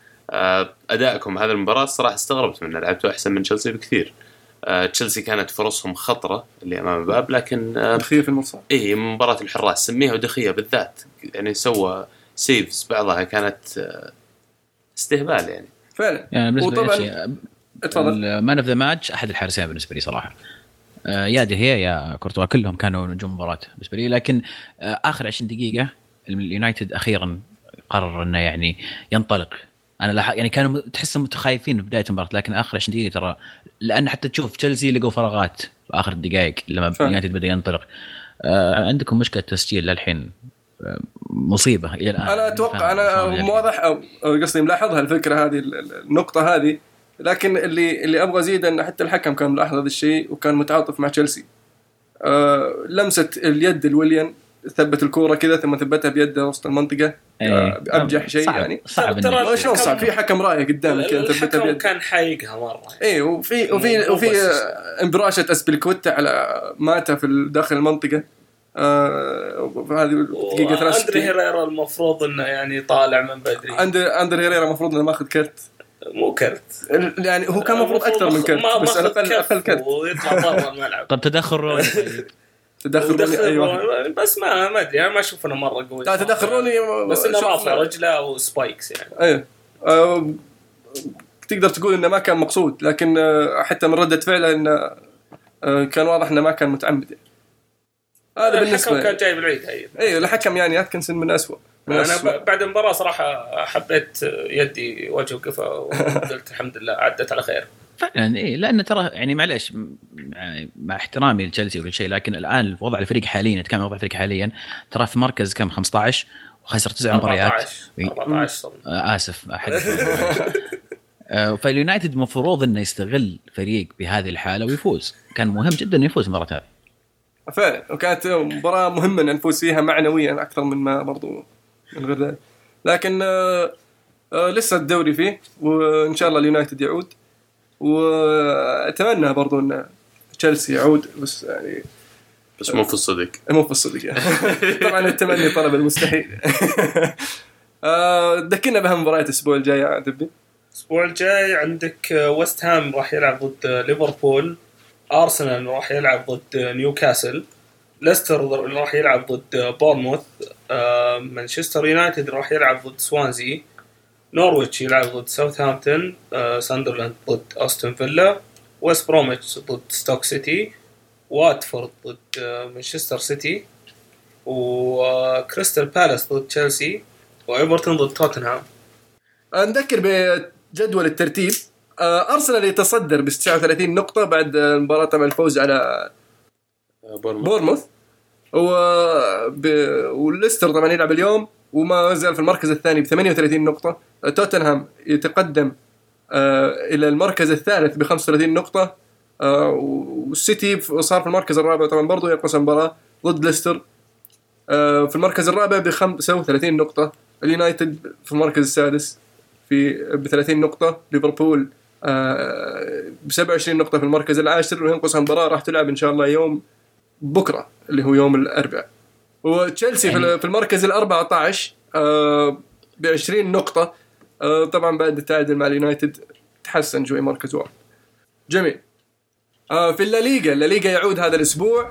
أدائكم هذا المباراة الصراحة استغربت منه، لعبتوا أحسن من تشيلسي بكثير. تشيلسي كانت فرصهم خطرة اللي أمام الباب، لكن دخية في المرصاد. إيه مباراة الحراس سميها ودخية بالذات، يعني سوى سيفز بعضها كانت استهبال يعني فعلا. يعني وطبعا اتفضل. مان اوف ذا ماتش احد الحارسين بالنسبه لي صراحه، يا دي هي يا كورتوا كلهم كانوا نجوم المباراه بالنسبه لي. لكن اخر 20 دقيقه اليونايتد اخيرا قرر انه يعني ينطلق. انا يعني كانوا تحسهم متخايفين في بدايه المباراه، لكن اخر 20 دقيقه ترى، لان حتى تشوف تشيلسي لقوا فراغات في اخر الدقائق لما اليونايتد بدا ينطلق. عندكم مشكله تسجيل للحين مصيبه الى الان. انا اتوقع انا واضح او قصدي ملاحظها الفكره هذه النقطه هذه، لكن اللي ابغى ازيد ان حتى الحكم كان ملاحظ هذا الشيء وكان متعاطف مع تشيلسي. لمسه اليد الويليان، ثبت الكوره كذا ثم ثبتها بيده وسط المنطقه. ابجح شيء يعني صعب ترى شلون صعب في حكم رايه قدامك كذا ثبتها بيده، كان حايقها مره. ايه وفي انبراشه اسبليكوتا على ماتا في داخل المنطقه. هذه دقيقه 3. أندري هيريرا المفروض انه يعني طالع من بدري. أندري هيريرا المفروض انه ماخذ كرت، مو كرت يعني هو كان المفروض اكثر من كرت، بس اقل كرت ويطلع برا الملعب. طب تدخل روني تدخل ايوه، بس ما ادري، انا ما اشوف انه مره قوي. لا تدخل روني بس انه رافع رجله وسبايكس يعني. ايه تقدر تقول انه ما كان مقصود، لكن حتى من ردة فعله انه كان واضح انه ما كان متعمد يعني. هذا بالنسبه كان جاي بالعيد هي. ايوه الحكم يعني اتكنسن من أسوأ. انا بعد المباراه صراحه حبيت يدي وجه وقفه وقلت الحمد لله عدت على خير فعلا. ايه لان ترى يعني معلش يعني مع احترامي لتشيلسي وكل شيء، لكن الان وضع الفريق حاليا كم وضع الفريق حاليا ترى في مركز كم 15 وخسر 9 مباريات 14 اسف احد. فاليونايتد مفروض انه يستغل فريق بهذه الحاله ويفوز، كان مهم جدا انه يفوز المباراه هذه فعلا، وكانت مباراه مهمه ان نفوز فيها معنويا اكثر من ما برضو من غير ذلك. لكن لسه الدوري فيه، وان شاء الله اليونايتد يعود، واتمنى برضو ان تشيلسي يعود، بس يعني بس مو في الصدق يعني. طبعا التمني طلب المستحيل. ذكرنا بهم مباريات الاسبوع الجاي يا دبي. الاسبوع الجاي عندك ويست هام راح يلعب ضد ليفربول، أرسنال راح يلعب ضد نيوكاسل، ليستر راح يلعب ضد بورنموث، مانشستر يونايتد راح يلعب ضد سوانزي، نورويتش يلعب ضد ساوثهامبتون، ساندرلاند ضد أستون فيلا، ويست بروميتش ضد ستوك سيتي، واتفورد ضد مانشستر سيتي، وكريستال بالاس ضد تشيلسي، وإيفرتون ضد توتنهام. نذكر بجدول الترتيب. أرسنال يتصدر ب 39 نقطة بعد مباراة طبعا الفوز على بورنموث، والليستر طبعا يلعب اليوم وما زال في المركز الثاني ب 38 نقطة. توتنهام يتقدم إلى المركز الثالث ب 35 نقطة، والسيتي صار في المركز الرابع طبعا برضو ينقص مباراة ضد ليستر في المركز الرابع ب 35 نقطة. اليونايتد في المركز السادس ب 30 نقطة. ليفربول ب 27 نقطة في المركز العاشر، وينقص مباراة راح تلعب إن شاء الله يوم بكرة اللي هو يوم الأربعاء. وتشيلسي في المركز ال14 ب 20 نقطة. طبعا بعد التعادل مع اليونايتد تحسن شوي مركز واحد. جميل. في الليغا يعود هذا الأسبوع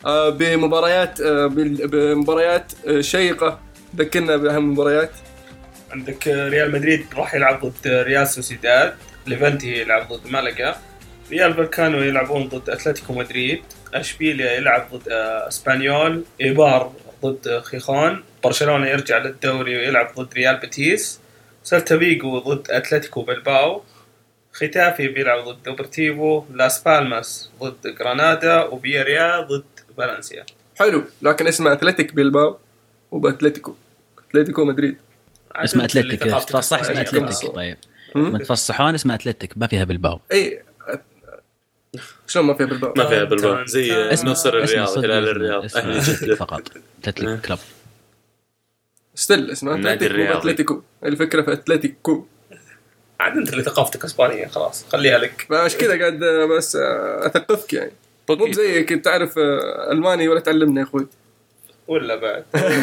بمباريات شيقة. ذكرنا بأهم المباريات. عندك ريال مدريد راح يلعب ضد ريال سوسيداد، ليفانتي يلعب ضد مالاغا، ريال فالكانو يلعبون ضد أتلتيكو مدريد، أشبيليا يلعب ضد اسبانيول، إيبار ضد خيخون، برشلونة يرجع للدوري ويلعب ضد ريال بيتيس، سيلتا فيغو ضد أتلتيكو بلباو، ختافي بيلعب ضد دوبرتيفو، لاس بالماس ضد غرانادا، وفياريال ضد فالنسيا. حلو، لكن اسمه أتلتيك بلباو وبأتلتيكو اتلتيكو مدريد. اسمه اتلتيك صح اسمه اتلتيك. طيب ما تفصحون اسمه اتلتيك ما فيها بالباو. اي شلون ما فيها بالباو؟ ما فيها بالباو زي نصر الرياض هلال الرياض اهلي جدة فقط اتلتيك كلب ستيل اسمه اتلتيكو. الفكره في اتلتيكو. عاد انت اللي ثقافتك اسبانيه خلاص خليها لك. مش كذا قاعد بس اثقفك يعني مو زيك تعرف الماني ولا تعلمنا يا اخوي ولا بعد.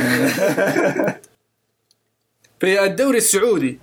في الدوري السعودي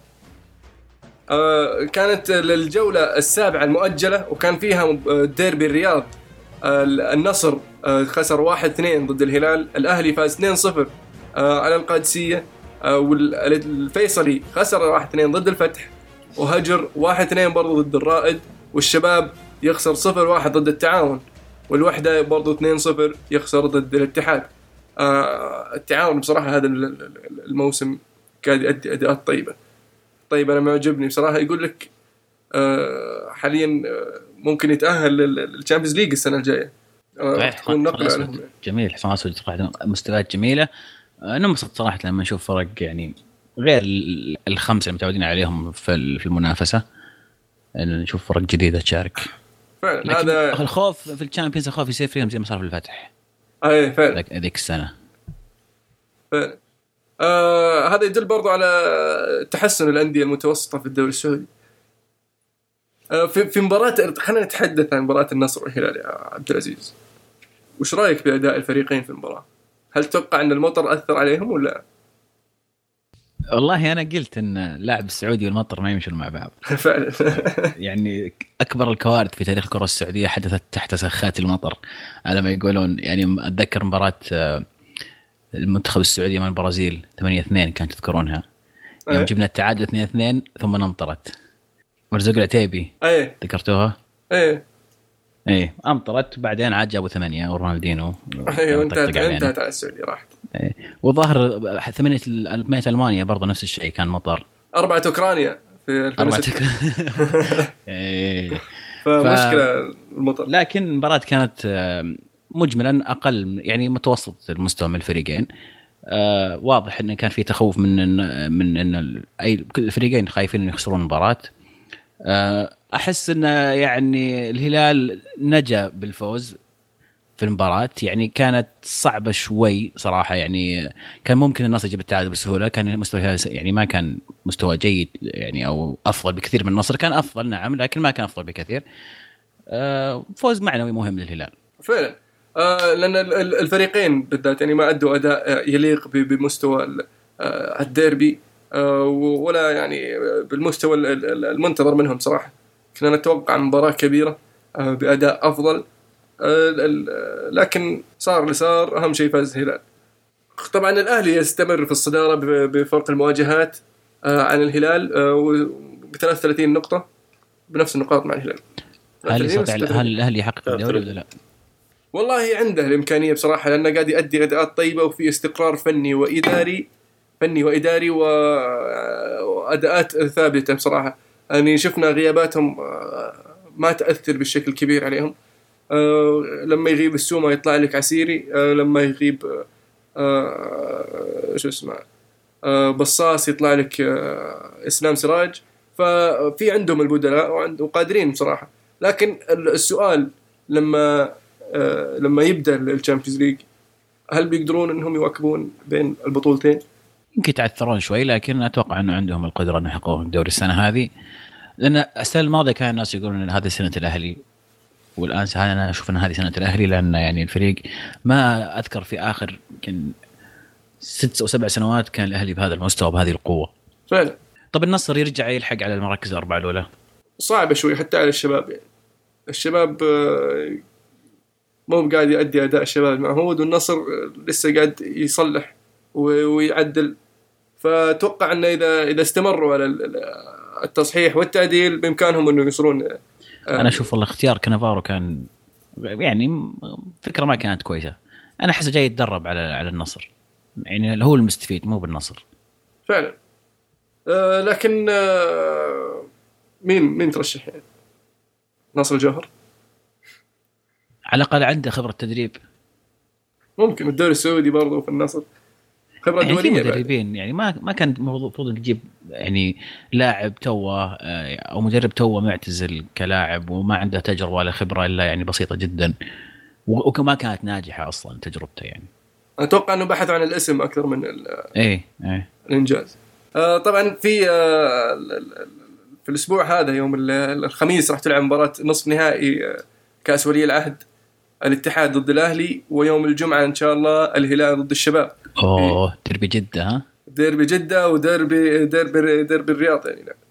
كانت للجولة السابعة المؤجلة وكان فيها ديربي الرياض. النصر خسر 1-2 ضد الهلال. الأهلي فاز 2-0 على القادسية. والفيصلي خسر 1-2 ضد الفتح وهجر 1-2 برضو ضد الرائد. والشباب يخسر 0-1 ضد التعاون. والوحدة برضو 2-0 يخسر ضد الاتحاد. التعاون بصراحة هذا الموسم قاعد يؤدي أداءات طيبة. طيب أنا معجبني بصراحة. يقول لك حاليا ممكن يتأهل للشامبيونز ليج السنة الجاية. تكون نقلة لهم. جميل حسام أسود صراحة مستويات جميلة. ننبسط صراحة لما نشوف فرق يعني غير الخمسة المتعودين عليهم في المنافسة نشوف فرق جديدة تشارك. فعلا هذا الخوف في الشامبيونز الخوف يصير فيهم زي ما صار في الفتح. أي فعلا ذيك السنة. فعلا. هذا يدل برضو على تحسن الأندية المتوسطة في الدوري السعودي. في مباراة خلينا نتحدث عن مباراة النصر والهلال يا عبد العزيز. وش رأيك بأداء الفريقين في المباراة؟ هل تتوقع أن المطر أثر عليهم ولا؟ والله أنا قلت أن اللاعب السعودي والمطر ما يمشون مع بعض. فعلا. يعني أكبر الكوارث في تاريخ الكرة السعودية حدثت تحت سخات المطر على ما يقولون. يعني أتذكر مباراة المنتخب السعودي مع البرازيل 8-2 كانت تذكرونها يوم جبنا التعادل 2-2 ثم نمطرت. مرزوق العتيبي ذكرتوها؟ ايه امطرت بعدين عاد جابوا 8 ورونالدينو. وانتهت على السعودية راحت. وظهر 8 ألمانيا برضه نفس الشيء كان مطر. 4 أوكرانيا في 2006. فمشكلة المطر. لكن المباراة كانت مجملا أقل يعني متوسط المستوى من الفريقين. واضح إنه كان في تخوف من إن أي الفريقين خايفين إن يخسرون المباراة. أحس إن يعني الهلال نجا بالفوز في المباراة. يعني كانت صعبة شوي صراحة. يعني كان ممكن النصر يجيب التعادل بسهولة. كان مستوى يعني ما كان مستوى جيد يعني أو أفضل بكثير من النصر. كان أفضل نعم لكن ما كان أفضل بكثير. فوز معنوي مهم للهلال فعلا. لأن الفريقين بالذات يعني ما أدوا أداء يليق بمستوى الديربي ولا يعني بالمستوى المنتظر منهم صراحة. كنا نتوقع مباراة كبيرة بأداء أفضل. لكن صار اللي صار. أهم شيء فاز الهلال. طبعا الأهلي يستمر في الصدارة بفرق المواجهات عن الهلال ب33 نقطة بنفس النقاط مع الهلال. هل الأهلي يحقق الدوري ولا لا؟ والله عنده الإمكانية بصراحة لأنه قاعد يؤدي أداءات طيبة وفي استقرار فني وإداري وأداءات ثابتة بصراحة. يعني شفنا غياباتهم ما تأثر بالشكل الكبير عليهم. لما يغيب السومة يطلع لك عسيري. لما يغيب شو اسمه بصاص يطلع لك إسلام سراج. ففي عندهم البدلاء وقادرين بصراحة. لكن السؤال لما يبدأ الشامبيونز ليج هل بيقدرون انهم يواكبون بين البطولتين؟ يمكن يتعثرون شوي لكن اتوقع انه عندهم القدره ان يحققون الدوري السنه هذه. لان السنه الماضيه كان الناس يقولون ان هذه سنه الاهلي والان انا اشوف ان هذه سنه الاهلي. لان يعني الفريق ما اذكر في اخر يمكن 6 أو 7 سنوات كان الاهلي بهذا المستوى بهذه القوه فعلا. طب النصر يرجع يلحق على المراكز الاربعه الاولى؟ صعبه شوي حتى على الشباب. يعني الشباب مو قاعد يؤدي أداء الشباب المعهود والنصر لسه قاعد يصلح ويعدل. فأتوقع أنه إذا استمروا على التصحيح والتعديل بإمكانهم أنه يصلون. أنا أشوف والله اختيار كنافارو كان يعني فكرة ما كانت كويسة. أنا حس جاي يتدرب على النصر يعني هو المستفيد مو بالنصر فعلا. لكن مين ترشح يعني؟ ناصر الجوهر على الأقل عنده خبرة تدريب. ممكن الدوري السعودي برضه في النصر. خبره يعني في دوليه بعد. مدربين يعني ما كان المفروض تجيب يعني لاعب توه او مدرب توه معتزل كلاعب وما عنده تجربه ولا خبره الا يعني بسيطه جدا وكما كانت ناجحه اصلا تجربته يعني. اتوقع انه بحث عن الاسم اكثر من ايه الانجاز. طبعا في في الاسبوع هذا يوم الخميس راح تلعب مباراه نصف نهائي كاس ولي العهد، الاتحاد ضد الاهلي، ويوم الجمعه ان شاء الله الهلال ضد الشباب. ديربي جده. ها ديربي جده وديربي الرياض يعني. لا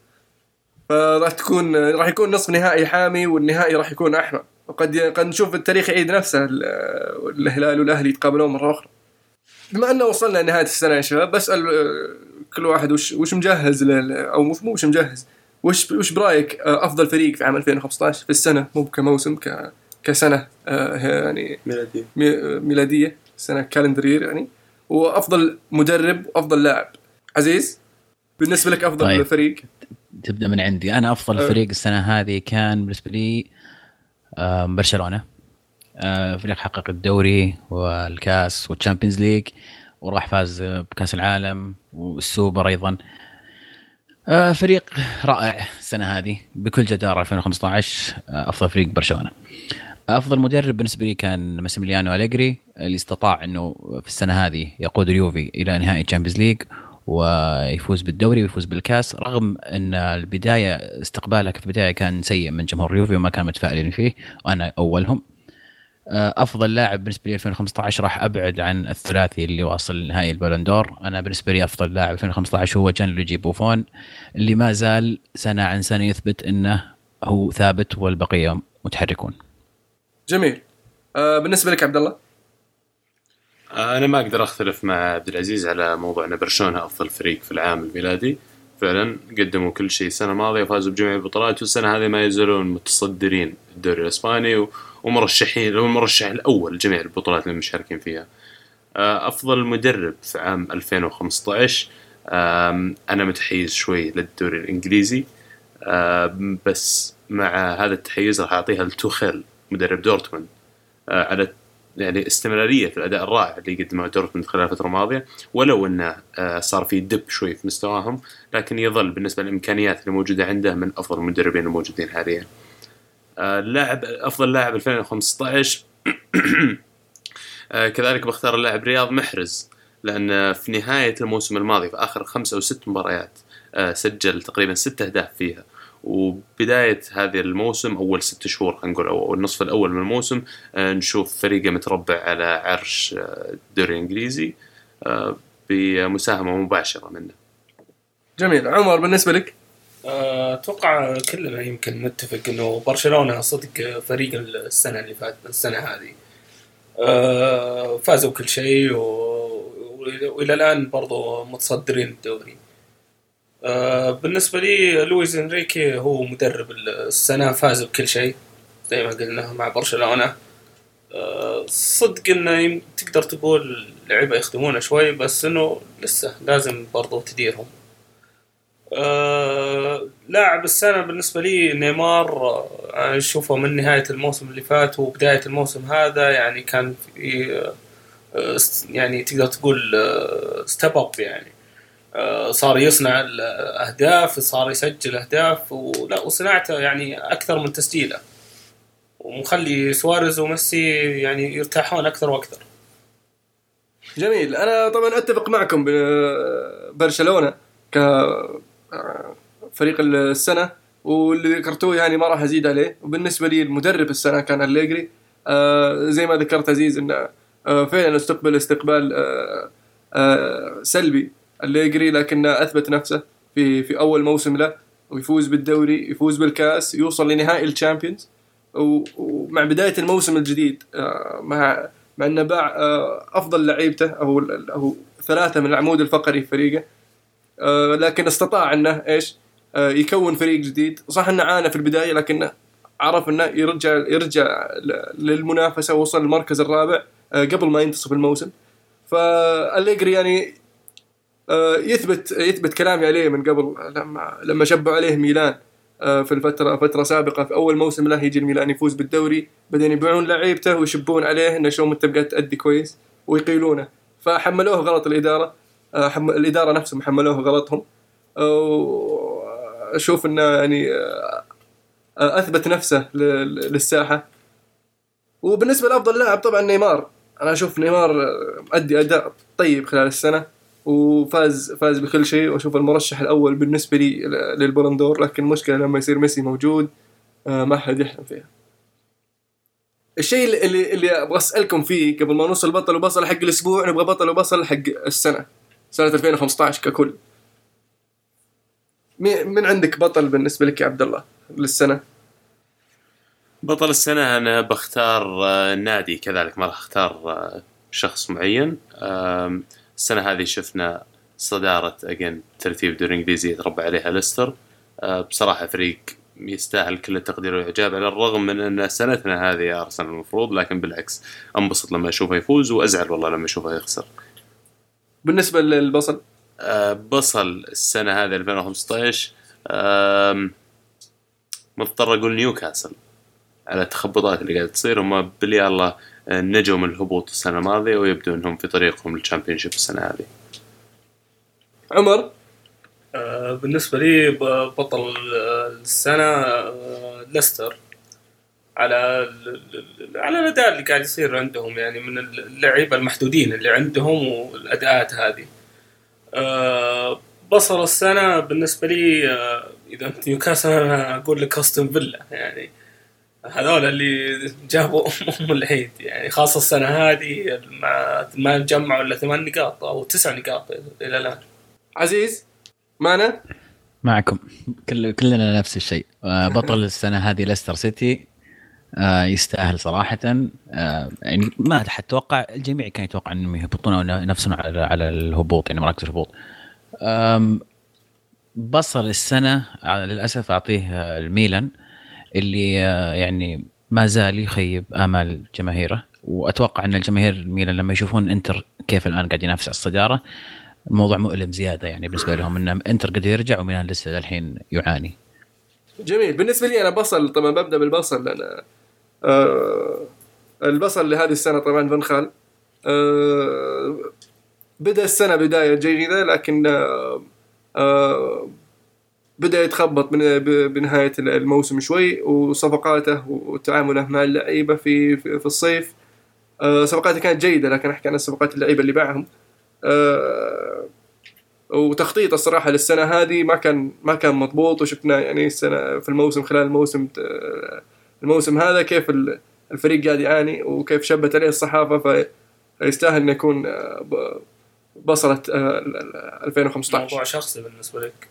راح يكون نصف نهائي حامي، والنهائي راح يكون احمر، وقد نشوف التاريخ يعيد نفسه، الهلال والاهلي يتقابلون مره اخرى. بما أنه وصلنا لنهاية السنة يا شباب، بسأل كل واحد وش مجهز أو مش مجهز، وش برأيك أفضل فريق في عام 2015 في السنة، مو كموسم كسنة يعني ميلادية، سنة كالندرير يعني، وأفضل مدرب وأفضل لاعب. عزيز بالنسبة لك أفضل طيب. فريق؟ تبدأ من عندي أنا. أفضل فريق السنة هذه كان بالنسبة لي برشلونة. فريق حقق الدوري والكاس والتشامبيونز ليج، وراح فاز بكاس العالم والسوبر أيضا. فريق رائع السنة هذه بكل جدارة. 2015 أفضل فريق برشلونة. أفضل مدرب بالنسبة لي كان ماسيميليانو أليغري، اللي استطاع أنه في السنة هذه يقود اليوفي إلى نهائي الشامبيونز ليج ويفوز بالدوري ويفوز بالكاس، رغم أن البداية استقبالها في البداية كان سيء من جمهور اليوفي وما كانوا متفائلين فيه، وأنا أولهم. أفضل لاعب بالنسبة لي 2015 راح أبعد عن الثلاثي اللي واصل نهائي البالندور. أنا بالنسبة لي أفضل لاعب 2015 هو جانلويجي بوفون، اللي ما زال سنة عن سنة يثبت أنه هو ثابت والبقية متحركون. جميل. بالنسبة لك عبد الله؟ أنا ما أقدر أختلف مع عبد العزيز على موضوع أن برشلونة أفضل فريق في العام الميلادي. فعلا قدموا كل شيء السنة الماضية وفازوا بجميع البطولات، والسنة هذه ما يزالون متصدرين الدوري الإسباني ومرشحين المرشح الأول جميع البطولات اللي مشاركين فيها. أفضل مدرب في عام 2015 أنا متحيز شوي للدوري الإنجليزي، بس مع هذا التحيز راح أعطيها لتوخيل مدرب دورتموند على يعني استمرارية في الأداء الرائع اللي قدمه دورتموند خلال الفترة الماضية، ولو أنه صار في دب شوي في مستواهم، لكن يظل بالنسبة للإمكانيات اللي موجودة عنده من أفضل المدربين الموجودين حاليا. أفضل لاعب 2015 كذلك بختار اللاعب رياض محرز، لأن في نهاية الموسم الماضي في آخر 5 أو 6 مباريات سجل تقريبا 6 أهداف فيها، وبداية هذه الموسم أول 6 شهور هنقول أو النصف الأول من الموسم نشوف فريقه متربع على عرش الدوري الإنجليزي بمساهمة مباشرة منه. جميل. عمر بالنسبة لك؟ أتوقع كلنا يمكن نتفق إنه برشلونة صدق فريق السنة اللي فاتت السنة هذه فازوا كل شيء وإلى الآن برضو متصدرين الدوري. بالنسبة لي لويس إنريكي هو مدرب السنة، فاز بكل شيء زي ما قلنا مع برشلونة. صدق إنه تقدر تقول لعيبة يخدمونه شوي، بس إنه لسه لازم برضو تديرهم. لاعب السنة بالنسبة لي نيمار. أنا أشوفه من نهاية الموسم اللي فات وبداية الموسم هذا يعني كان في يعني تقدر تقول ستيب أب، يعني صار يصنع الأهداف، صار يسجل أهداف وصناعته يعني أكثر من تسجيله، ومخلي سواريز وميسي يعني يرتاحون أكثر وأكثر. جميل. أنا طبعا أتفق معكم ببرشلونة كفريق السنة، واللي ذكرتوه يعني ما راح أزيد عليه. وبالنسبة لي المدرب السنة كان أليغري. زي ما ذكرت عزيز إنه فعلا استقبال سلبي أليغري، لكنه أثبت نفسه في أول موسم له، ويفوز بالدوري، يفوز بالكاس، يوصل لنهائي الشامبيونز. ومع بداية الموسم الجديد مع أنه باع أفضل لعيبته أو 3 من العمود الفقري في فريقه، لكن استطاع أنه يكون فريق جديد. صح أنه عانى في البداية، لكنه عرف أنه يرجع للمنافسة، ووصل للمركز الرابع قبل ما ينتصف الموسم. فأليغري يعني يثبت كلامي عليه من قبل، لما شبوا عليه ميلان في فترة سابقة. في أول موسم له يجي الميلان يفوز بالدوري، بعدين يبيعون لعيبته ويشبون عليه إنه شو متبقى تأدي كويس ويقيلونه. فحملوه غلط الإدارة. الإدارة نفسهم حملوه غلطهم. وأشوف إنه يعني أثبت نفسه للساحة. وبالنسبة لأفضل لاعب طبعا نيمار. أنا أشوف نيمار أدي أداء طيب خلال السنة وفاز بكل شيء، وأشوف المرشح الأول بالنسبة لي للبلندور. لكن المشكلة لما يصير ميسي موجود ما حد يحلم فيها. الشيء اللي أبغى أسألكم فيه قبل ما نوصل بطل وبصل حق الأسبوع، نبغى بطل وبصل حق السنة، سنة 2015 ككل. من عندك بطل بالنسبة لك يا عبد الله للسنة؟ بطل السنة أنا بختار نادي كذلك، ما راح أختار شخص معين. السنة هذه شفنا صدارة ترتيب الدوري الإنجليزي يتربع عليها ليستر. بصراحة فريق يستاهل كل التقدير والإعجاب، على الرغم من أن سنتنا هذه أرسنال المفروض، لكن بالعكس أنبسط لما أشوفه يفوز وأزعل والله لما أشوفه يخسر. بالنسبة للبصل بصل السنة هذه 2015 مضطر أقول نيوكاسل على التخبطات اللي قاعدة تصير. هم بلي الله نجوا من الهبوط السنة الماضية ويبدو أنهم في طريقهم للشامبيونشيب السنة هذه. عمر؟ بالنسبة لي بطل السنة ليستر، على الأداء اللي قاعد يصير عندهم، يعني من اللعيبة المحدودين اللي عندهم والأداءات هذه. بصل السنة بالنسبة لي إذا نيوكاسل أنا أقول لك أستون فيلا، يعني هذول اللي جابوا أمهم العيد، يعني خاصة السنة هذه ما جمعوا إلا 8 نقاط أو 9 نقاط إلى الآن. عزيز معنا؟ معكم كلنا نفس الشيء. بطل السنة هذه ليستر سيتي، يستاهل صراحة. يعني ما حد توقع، الجميع كان يتوقع أنهم يهبطون أو ينافسون على الهبوط، يعني مراكز الهبوط. بصل السنة للأسف أعطيه الميلان، اللي يعني ما زال يخيب آمال جماهيره. وأتوقع أن الجماهير الميلان لما يشوفون إنتر كيف الآن قاعد ينافس على الصدارة، الموضوع مؤلم زيادة يعني بالنسبة لهم، إن إنتر قد يرجع وميلان لسه الحين يعاني. جميل. بالنسبة لي أنا بصل، طبعا ببدأ بالبصل. أنا البصل لهذه السنة طبعا فان خال. بدأ السنة بداية جيدة، لكن بدأ يتخبط بنهاية الموسم شوي، وصفقاته وتعامله مع اللعيبة في الصيف. صفقاته كانت جيدة، لكن أحكي عن الصفقات اللعيبة اللي باعهم. وتخطيط الصراحة للسنة هذه ما كان مضبوط، وشفنا يعني السنة في الموسم، خلال الموسم هذا كيف الفريق قاعد يعاني وكيف شبت عليه الصحافة. فيستاهل أن يكون بصلة 2015. موضوع شخصي بالنسبة لك.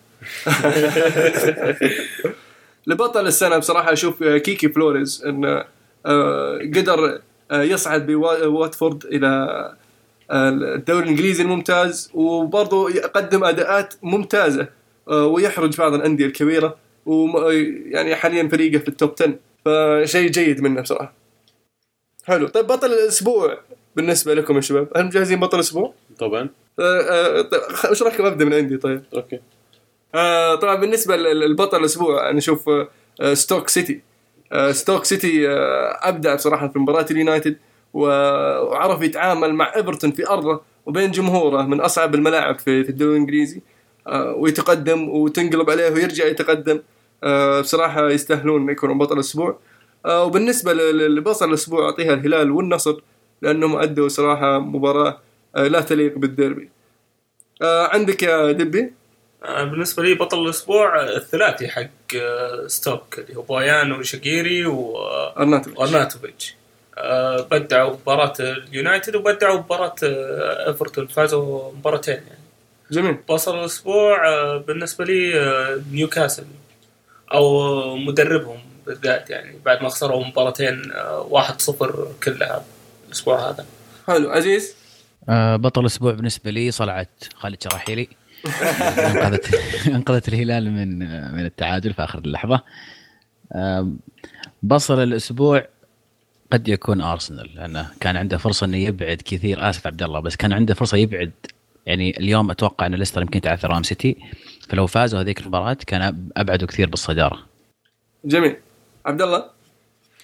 لبطل السنة بصراحة أشوف كيكي فلوريز، إنه قدر يصعد بواتفورد إلى الدوري الإنجليزي الممتاز، وبرضه يقدم أداءات ممتازة ويحرج بعض الأندية الكبيرة، ويعني حاليا فريقه في التوب 10، فشيء جيد منه بصراحة. حلو. طيب بطل الأسبوع بالنسبة لكم يا شباب، هل مجهزين بطل الأسبوع؟ طبعا. وش رأيكم أبدأ من عندي؟ طيب أوكي. طبعا بالنسبة للبطل الأسبوع أنا أشوف ستوك سيتي. ستوك سيتي أبدع بصراحة في مباراة اليونايتد، وعرف يتعامل مع إيفرتون في أرضه وبين جمهوره من أصعب الملاعب في الدوري الإنجليزي، ويتقدم وتنقلب عليه ويرجع يتقدم. بصراحة يستاهلون يكونوا بطل الأسبوع. وبالنسبة لبطل الأسبوع أعطيها الهلال والنصر، لأنهم أدوا صراحة مباراة لا تليق بالديربي. عندك يا دبي؟ بالنسبة لي بطل الأسبوع الثلاثي حق ستوك، اللي هو بويان وشاقيري وأرناتوفيتش. بدعوا مباراة اليونايتد وبدعوا مباراة إيفرتون، فازوا مباراتين يعني. جميل. بطل الأسبوع بالنسبة لي نيوكاسل، أو مدربهم بالذات، يعني بعد ما خسروا مباراتين 1-0 كلها الأسبوع هذا. حلو. عزيز؟ بطل الأسبوع بالنسبة لي صلعت خالد شراحيلي. انقذت الهلال من التعادل في آخر اللحظة. بصل الأسبوع قد يكون أرسنال، لأنه كان عنده فرصة إنه يبعد كثير. آسف عبد الله، بس كان عنده فرصة يبعد. يعني اليوم أتوقع أن ليستر يمكن تعثر أمام سيتي، فلو فازوا هذيك المباراة كان أبعدوا كثير بالصدارة. جميل. عبد الله؟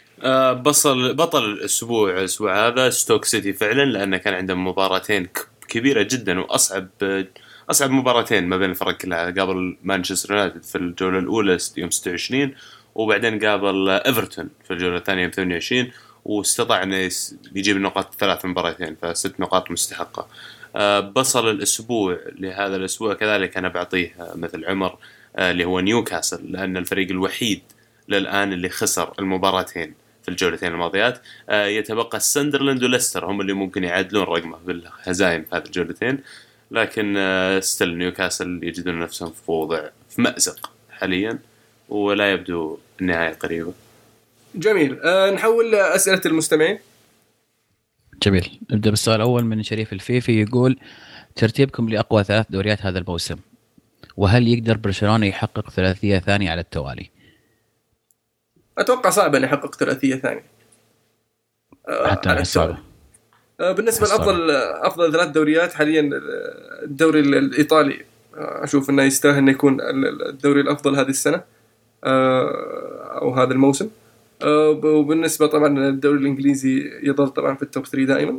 بطل الأسبوع هذا ستوك سيتي فعلا، لأنه كان عندهم مباراتين كبيرة جدا، وأصعب مباراتين ما بين الفرق كلها. قابل مانشستر يونايتد في الجولة الأولى يوم 26، وبعدين قابل إيفرتون في الجولة الثانية يوم 28، واستطاع أن يجيب النقاط 3 مباراتين، ف6 نقاط مستحقة. بصل الأسبوع لهذا الأسبوع كذلك أنا بعطيه مثل عمر اللي هو نيوكاسل، لأن الفريق الوحيد للآن اللي خسر المباراتين في الجولتين الماضيات. يتبقى السندرلاند وليستر هم اللي ممكن يعادلون رقمه بالهزائم في هذه الجولتين، لكن ستيل نيوكاسل يجدون نفسهم في مأزق حاليا، ولا يبدو النهاية قريبة. جميل. نحول لأسئلة المستمعين. جميل. نبدأ بالسؤال الأول من شريف الفيفي، يقول ترتيبكم لأقوى 3 دوريات هذا الموسم، وهل يقدر برشلونة يحقق ثلاثية ثانية على التوالي؟ أتوقع صعب أن يحقق ثلاثية ثانية حتى على التوالي. بالنسبة لأفضل 3 دوريات حاليا، الدوري الإيطالي أشوف أنه يستاهل أن يكون الدوري الأفضل هذه السنة أو هذا الموسم. وبالنسبة طبعا الدوري الإنجليزي يظل طبعا في التوب 3 دائما.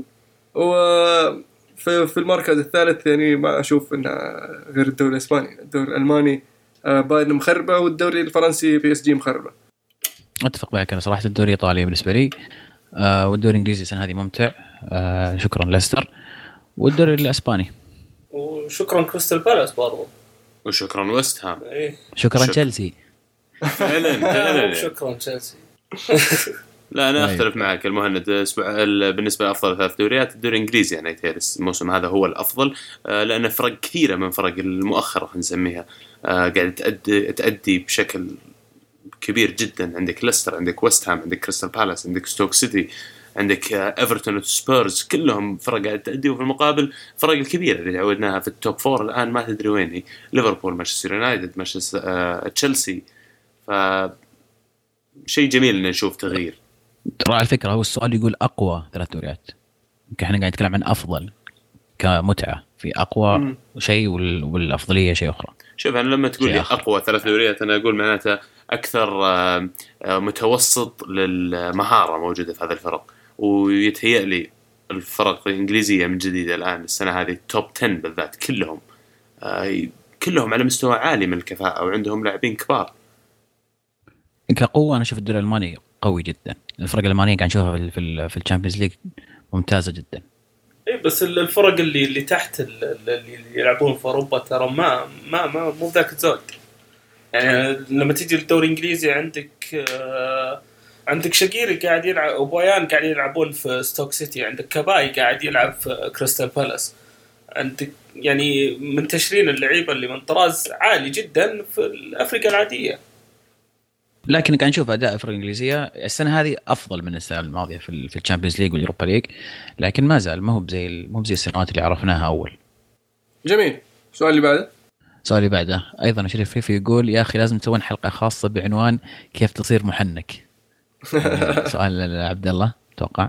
وفي المركز الثالث يعني ما أشوف أنه غير الدوري الإسباني. الدوري الألماني بايرن مخربة، والدوري الفرنسي PSG مخربة. أتفق معك. أنا صراحة الدوري الإيطالي بالنسبة لي، والدوري الإنجليزي السنة هذه ممتع. شكرا ليستر. والدوري الإسباني وشكرا كريستال بالاس برضو، وشكرا ويست هام. شكرا تشيلسي. فعلا شكرا تشيلسي. لا أنا أختلف معك المهند. بالنسبة لأفضل 3 دوريات، الدوري الإنجليزي يعني تيرس الموسم هذا هو الأفضل، لأن فرق كثيرة من فرق المؤخرة نسميها قاعدة تأدي بشكل كبير جدا. عندك ليستر، عندك ويست هام، عندك كريستال بالاس، عندك ستوك سيتي، عندك ايفرتون وسبيرز، كلهم فرق قاعدة تأدي. وفي المقابل فرق الكبيرة اللي تعودناها في التوب 4 الآن ما تدري وين هي. ليفربول، مانشستر يونايتد، مانشستر تشيلسي. شيء جميل إن نشوف تغيير. ترى على فكرة هو السؤال يقول أقوى 3 دوريات، احنا قاعد نتكلم عن أفضل كمتعة، في أقوى شيء والأفضلية شيء أخرى. شوف أنا لما تقول لي أقوى 3 دوريات أنا أقول معناته أكثر متوسط للمهارة موجودة في هذا الفرق. ويتهيأ لي الفرق الإنجليزية من جديد الآن السنة هذه توب 10 بالذات كلهم على مستوى عالي من الكفاءة، وعندهم لاعبين كبار. كقوة أنا أشوف الدوري الألماني قوي جدا. الفرق الألمانية قاعد نشوفها في الشامبيونز ليج ممتازة جدا. إيه بس الفرق اللي تحت اللي يلعبون في أوروبا ترى ما مو ذاك الزود. يعني لما تيجي للدوري الإنجليزي عندك شقيري قاعد يلعب، وبويان قاعد يلعبون في ستوك سيتي، عندك كاباي قاعد يلعب في كريستال بالاس، عندك يعني منتشرين اللعيبة اللي من طراز عالي جدا في أفريقيا العادية. لكن قاعد نشوف أداء الفرق الإنجليزية السنة هذه أفضل من السنة الماضية في الشامبيونز ليج واليوروبا ليج، لكن ما زال ما هو زي السنوات اللي عرفناها أول. جميل. السؤال اللي بعده أيضا شريف فيفي يقول يا أخي لازم تسوون حلقة خاصة بعنوان كيف تصير محنك. سؤال عبد الله توقع.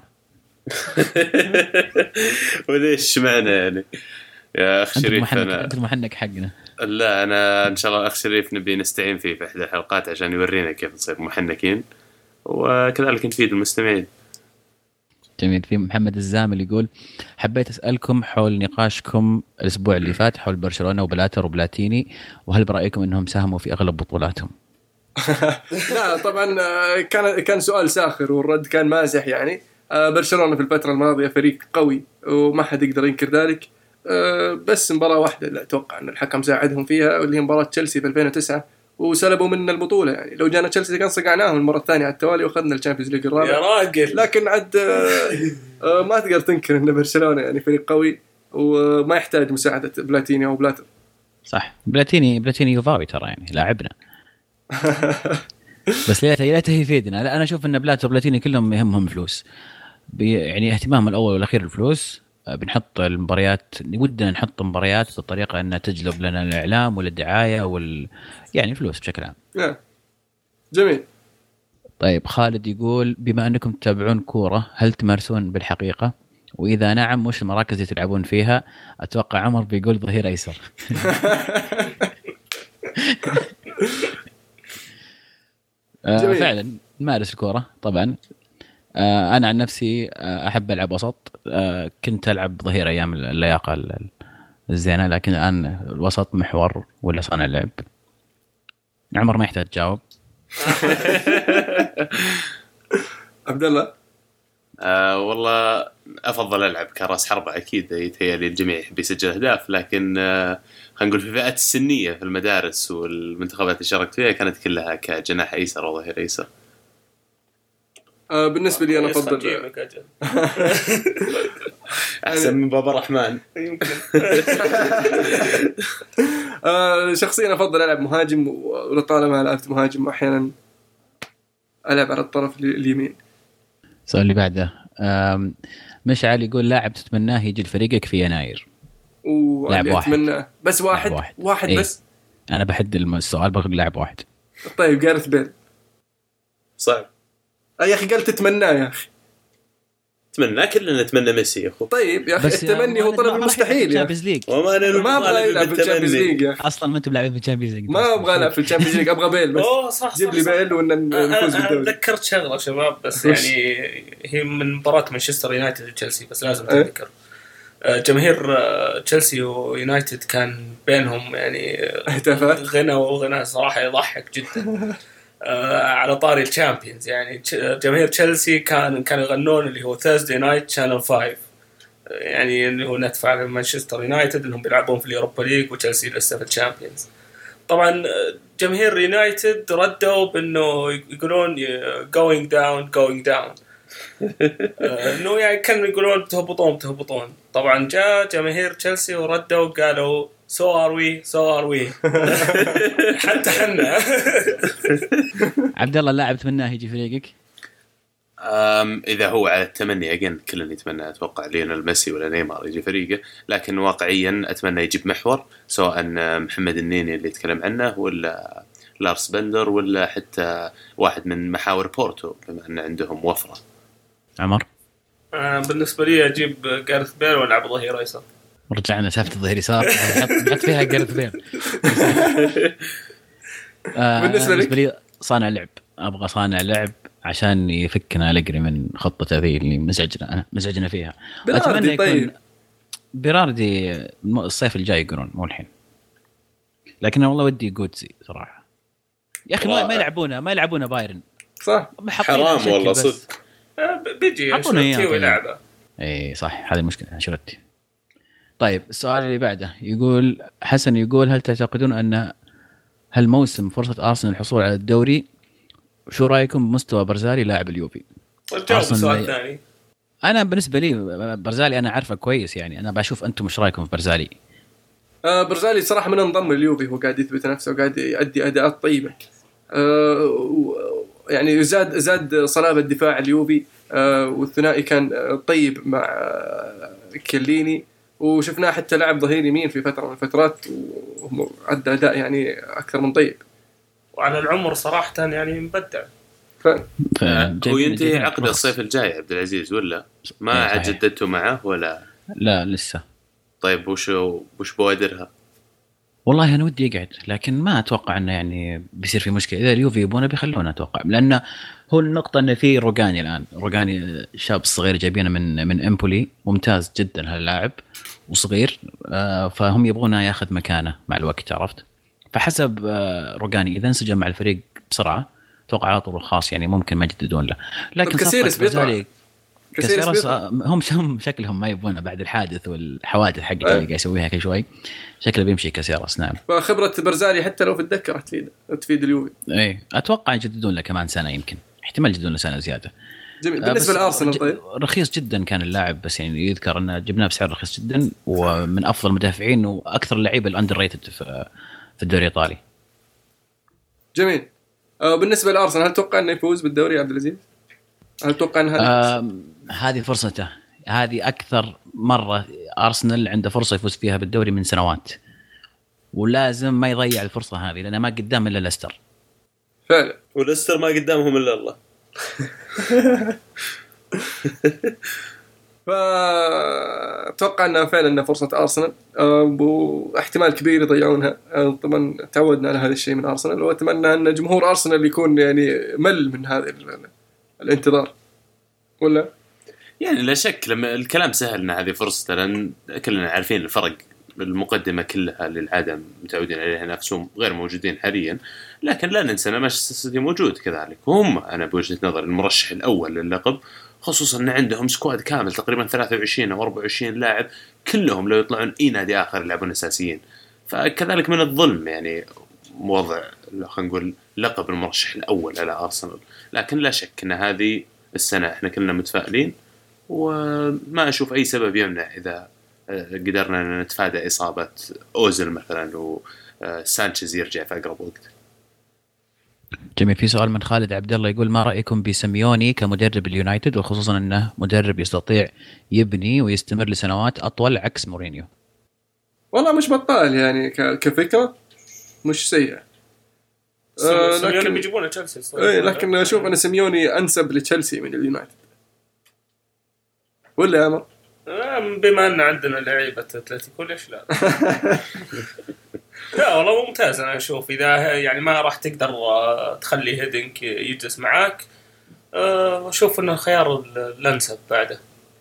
وليش معنى يعني يا أخ شريف؟ أنت المحنك حقنا. لا أنا إن شاء الله أخ شريف نبي نستعين فيه في إحدى الحلقات عشان يورينا كيف نصير محنكين، وكذلك نفيد المستمعين. جميل. في محمد الزامل يقول حبيت أسألكم حول نقاشكم الأسبوع اللي فات حول برشلونة وبلاتر وبلاتيني، وهل برأيكم أنهم ساهموا في أغلب بطولاتهم؟ لا طبعا كان سؤال ساخر والرد كان مازح. يعني برشلونة في الفترة الماضية فريق قوي وما حد يقدر ينكر ذلك، بس مباراة واحدة لا أتوقع أن الحكم ساعدهم فيها، واللي هي مباراة تشيلسي في 2009 وسلبوا منا البطولة. يعني لو جانا تشيلسي كان صقعناهم المرة الثانية على التوالي وأخذنا الشامبيونز ليج الرابع يا راجل. لكن عد ما تقدر تنكر أن برشلونة يعني فريق قوي وما يحتاج مساعدة بلاتيني أو بلاتر. صح. بلاتيني يوفاوي ترى يعني لاعبنا. بس ليته يفيدنا. لا أنا أشوف أن بلاتيني كلهم يهمهم فلوس، يعني اهتمام الأول والأخير الفلوس. بنحط المباريات، ودنا نحط مباريات بطريقة أنها تجلب لنا الإعلام والدعاية يعني فلوس بشكل عام. جميل. طيب خالد يقول بما أنكم تتابعون كورة هل تمارسون بالحقيقة؟ وإذا نعم وش المراكز اللي تلعبون فيها؟ أتوقع عمر بيقول ظهير أيسر. فعلا نمارس الكورة طبعا. انا عن نفسي احب العب وسط. كنت العب ظهير ايام اللياقه الزينه، لكن الان الوسط محور ولا صانع لعب. عمر ما يحتاج تجاوب. عبد الله. والله افضل العب كراس حربة اكيد، يتهيألي الجميع يحب يسجل اهداف، لكن خلينا نقول في الفئات السنيه في المدارس والمنتخبات اللي شاركت فيها كانت كلها كجناح ايسر وظهير ايسر. بالنسبه لي انا افضل احسن من بابا رحمن يمكن. شخصيا افضل العب مهاجم، ولطالما لعبت مهاجم احيانا العب على الطرف اليمين. السؤال اللي بعده مشعل يقول لاعب تتمناه يجي لفريقك في يناير. لاعب واحد. اتمناه بس واحد إيه؟ بس. انا بحد السؤال، بقول لاعب واحد. طيب جارث بيل. صعب يا اخي قال تتمناه يا اخي. اتمنى كلنا نتمنى ميسي يا اخو. طيب يا اخي التمني هو طلب المستحيل يا اخي. وما انا ما ابغى يلعب في الشامبيونز ليج يا اخي. اصلا ما انتم لاعبين في الشامبيونز ليج. ما ابغى العب في الشامبيونز ليج، ابغى بيل بس. صح جيب لي بيل ونفوز بالدوري. ذكرت شغله شباب بس يعني هي من مباراه مانشستر يونايتد وتشيلسي، بس لازم تذكر جماهير تشيلسي ويونايتد كان بينهم يعني غنى صراحه يضحك جدا. على طاري الشامبيونز يعني جماهير تشيلسي كانوا يغنون اللي هو Thursday Night Channel 5، يعني اللي هو ندفع لمانشستر يونايتد انهم بيلعبون في اليوروبا ليج وتشيلسي لسه في الشامبيونز. طبعا جماهير يونايتد ردوا بانه يقولون going down انه يعني كانوا يقولون تهبطون. طبعا جاء جماهير تشيلسي وردوا وقالوا so are we حتى حنا. عبد الله لاعب تمناه يجي فريقك؟ اذا هو على التمني اجين كلنا نتمنى، اتوقع ليونيل ميسي ولا نيمار يجي فريقه، لكن واقعيا اتمنى يجيب محور، سواء محمد النيني اللي يتكلم عنه ولا لارس بندر ولا حتى واحد من محاور بورتو بما ان عندهم وفره. عمر. بالنسبه لي اجيب جارث بيل والعب ظهير ايسر. رجعنا سالفه الظهير يسار، حط فيها جارث بيل. بالنسبه لي صانع لعب، ابغى صانع لعب عشان يفكنا أليجري من خطته ذي اللي مزعجنا فيها. اتمنى يكون بيراردي الصيف الجاي يقولون، مو الحين، لكن والله ودي جوتسي صراحه يا اخي. ما يلعبونه بايرن صح، حرام والله صدق. بيجي انشيلوتي ويلعبه. اي صح، هذه المشكله انشيلوتي. طيب السؤال اللي بعده يقول حسن، يقول هل تعتقدون ان هالموسم فرصه ارسنال الحصول على الدوري؟ شو رايكم بمستوى برزالي لاعب اليوفي؟ جاوب السؤال ثاني. انا بالنسبه لي برزالي انا عارفه كويس، يعني انا بشوف انتم ايش رايكم في برزالي. برزالي صراحه من انضم لليوفي، هو قاعد يثبت نفسه وقاعد يؤدي اداءات طيبه. يعني زاد صلابه دفاع اليوفي، والثنائي كان طيب مع كيليني، وشفناه حتى لعب ظهير يمين في فتره من الفترات وأدى اداء يعني اكثر من طيب. وعلى العمر صراحه يعني مبدع. هو ينتهي عقد الصيف الجاي عبد العزيز ولا ما عاد جددته معه ولا؟ لا لسه. طيب وش بوادرها؟ والله انا ودي يقعد، لكن ما اتوقع انه يعني بيصير في مشكله. اذا اليوفي يبونه بيخلونه اتوقع، لانه هو النقطه انه في روجاني الان، روجاني الشاب الصغير جايبينه من امبولي، ممتاز جدا هاللاعب وصغير، فهم يبغونه ياخذ مكانه مع الوقت، عرفت؟ فحسب روجاني اذا انسجم مع الفريق بسرعه اتوقع على طول خاص يعني ممكن ما يجددون له. لكن كسيرس هم شكلهم ما يبونه بعد الحادث والحوادث حقته اللي قاعد يسويها كل شوي، شكله بيمشي كسيرس. نعم، فخبره برزالي حتى لو في الدكه تفيد اليوفي. اي اتوقع يجددون له كمان سنه، يمكن احتمال يجددون له سنه زياده. جميل. بالنسبه لارسنال طيب رخيص جدا كان اللاعب، بس يعني يذكر انه جبناه بسعر رخيص جدا، ومن افضل المدافعين واكثر اللعيبه الاندر ريتد في الدوري الايطالي. جميل. بالنسبه لارسنال هل تتوقع انه يفوز بالدوري يا عبد العزيز؟ هل تتوقع ان هذه فرصته؟ هذه اكثر مره ارسنال عنده فرصه يفوز فيها بالدوري من سنوات، ولازم ما يضيع الفرصه هذه، لانه ما قدام الا ليستر. فعلا، وليستر ما قدامهم الا الله. فأتوقع أنها فعلا فرصة أرسنال، واحتمال كبير يضيعونها. طبعا تعودنا على هذا الشيء من أرسنال، وأتمنى أن جمهور أرسنال يكون يعني مل من هذا الانتظار. ولا؟ يعني لا شك لما الكلام سهل ان هذه فرصته، لان كلنا عارفين الفرق المقدمه كلها للعاده متعودين عليها نفسهم غير موجودين حاليا. لكن لا ننسى ان مانشستر سيتي موجود كذلك، وهم انا بوجهه نظر المرشح الاول للقب، خصوصا ان عندهم سكواد كامل تقريبا 23 او 24 لاعب كلهم لو يطلعون اي نادي اخر يلعبون اساسيين. فكذلك من الظلم يعني وضع خلينا نقول لقب المرشح الاول على ارسنال. لكن لا شك ان هذه السنه احنا كلنا متفائلين، وما اشوف اي سبب يمنع اذا قدرنا نتفادى اصابه اوزيل مثلا وسانشيز يرجع في اقرب وقت. جميل. في سؤال من خالد عبد الله يقول ما رايكم بسيميوني كمدرب اليونايتد، وخصوصا انه مدرب يستطيع يبني ويستمر لسنوات اطول عكس مورينيو؟ والله مش بطال يعني كفكره مش سيئه. لكن بيجيبونه تشيلسي. لكن اشوف انا سيميوني انسب لتشيلسي من اليونايتد. ولا يا عمر؟ بما ان عندنا لعيبه اتلتيكو ليش لا؟ لا والله ممتاز. انا اشوف اذا يعني ما راح تقدر تخلي هيدنك يجلس معاك، اشوف انه خيار الانسب بعده.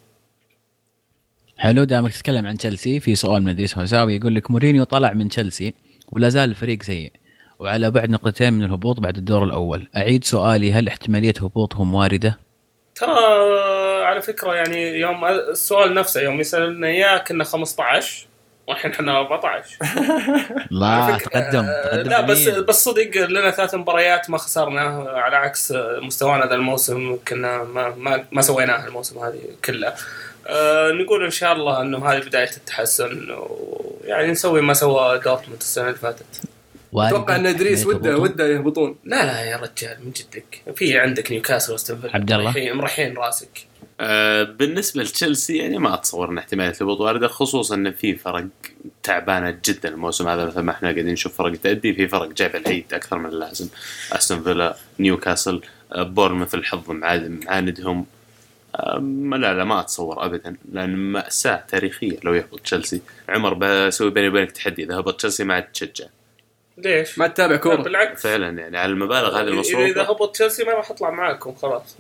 حلو. دامك تتكلم عن تشيلسي، في سؤال من ادريس هوساوي يقول لك مورينيو طلع من تشيلسي ولا زال الفريق سيء وعلى بعد نقطتين من الهبوط بعد الدور الاول. اعيد سؤالي، هل احتماليه هبوطهم وارده؟ ترى على فكره يعني يوم السؤال نفسه يوم يسالنا اياه كنا 15 والحين احنا 14. لا تقدم لا بس صدق لنا 3 مباريات ما خسرنا، على عكس مستوانا ذا الموسم كنا ما سويناه الموسم هذه كله. نقول ان شاء الله انه هذه بدايه التحسن، ويعني نسوي ما سوى دورتموند السنه اللي فاتت. اتوقع ان ادريس وده يهبطون. لا يا رجال من جدك، في عندك نيوكاسل واستنفيلا عبد الله مرحين راسك. بالنسبه لتشيلسي يعني ما اتصور ان احتماليه الهبوط وارده، خصوصا ان في فرق تعبانه جدا الموسم هذا، مثل ما احنا قاعدين نشوف فرق تأدي، في فرق جايبه العيد اكثر من اللازم. استون فيلا، نيوكاسل، بورنموث الحظ معاندهم. لا ما اتصور ابدا، لان مأساة تاريخيه لو يهبط تشيلسي. عمر بسوي بيني وبينك تحدي، اذا هبط تشيلسي ما تشجع. ليش؟ ما تتابع كورة؟ بالعكس فعلا يعني على المبالغ هذه المصروفة. إذا هبط تشيلسي ما راح أطلع معاكم خلاص.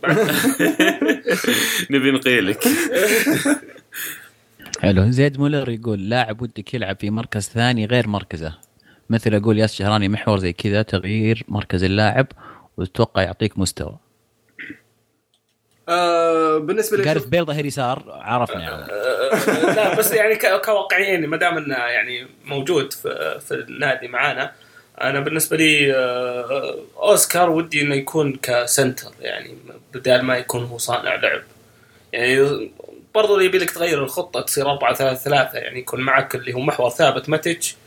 نبي نقيلك. حلو. زيد مولر يقول لاعب ودك يلعب في مركز ثاني غير مركزه، مثل أقول ياس شهراني محور زي كذا، تغيير مركز اللاعب وتتوقع يعطيك مستوى. بالنسبة لي جارث بيل ظهير يسار عرفنا يعني. لا بس يعني كواقعيين ما دام انه يعني موجود في النادي معانا، انا بالنسبه لي اوسكار ودي انه يكون كسنتر، يعني بدال ما يكون هو صانع لعب. يعني برضو يبي لك تغير الخطه تصير 4-3-3، يعني يكون معك اللي هو محور ثابت ماتيتش،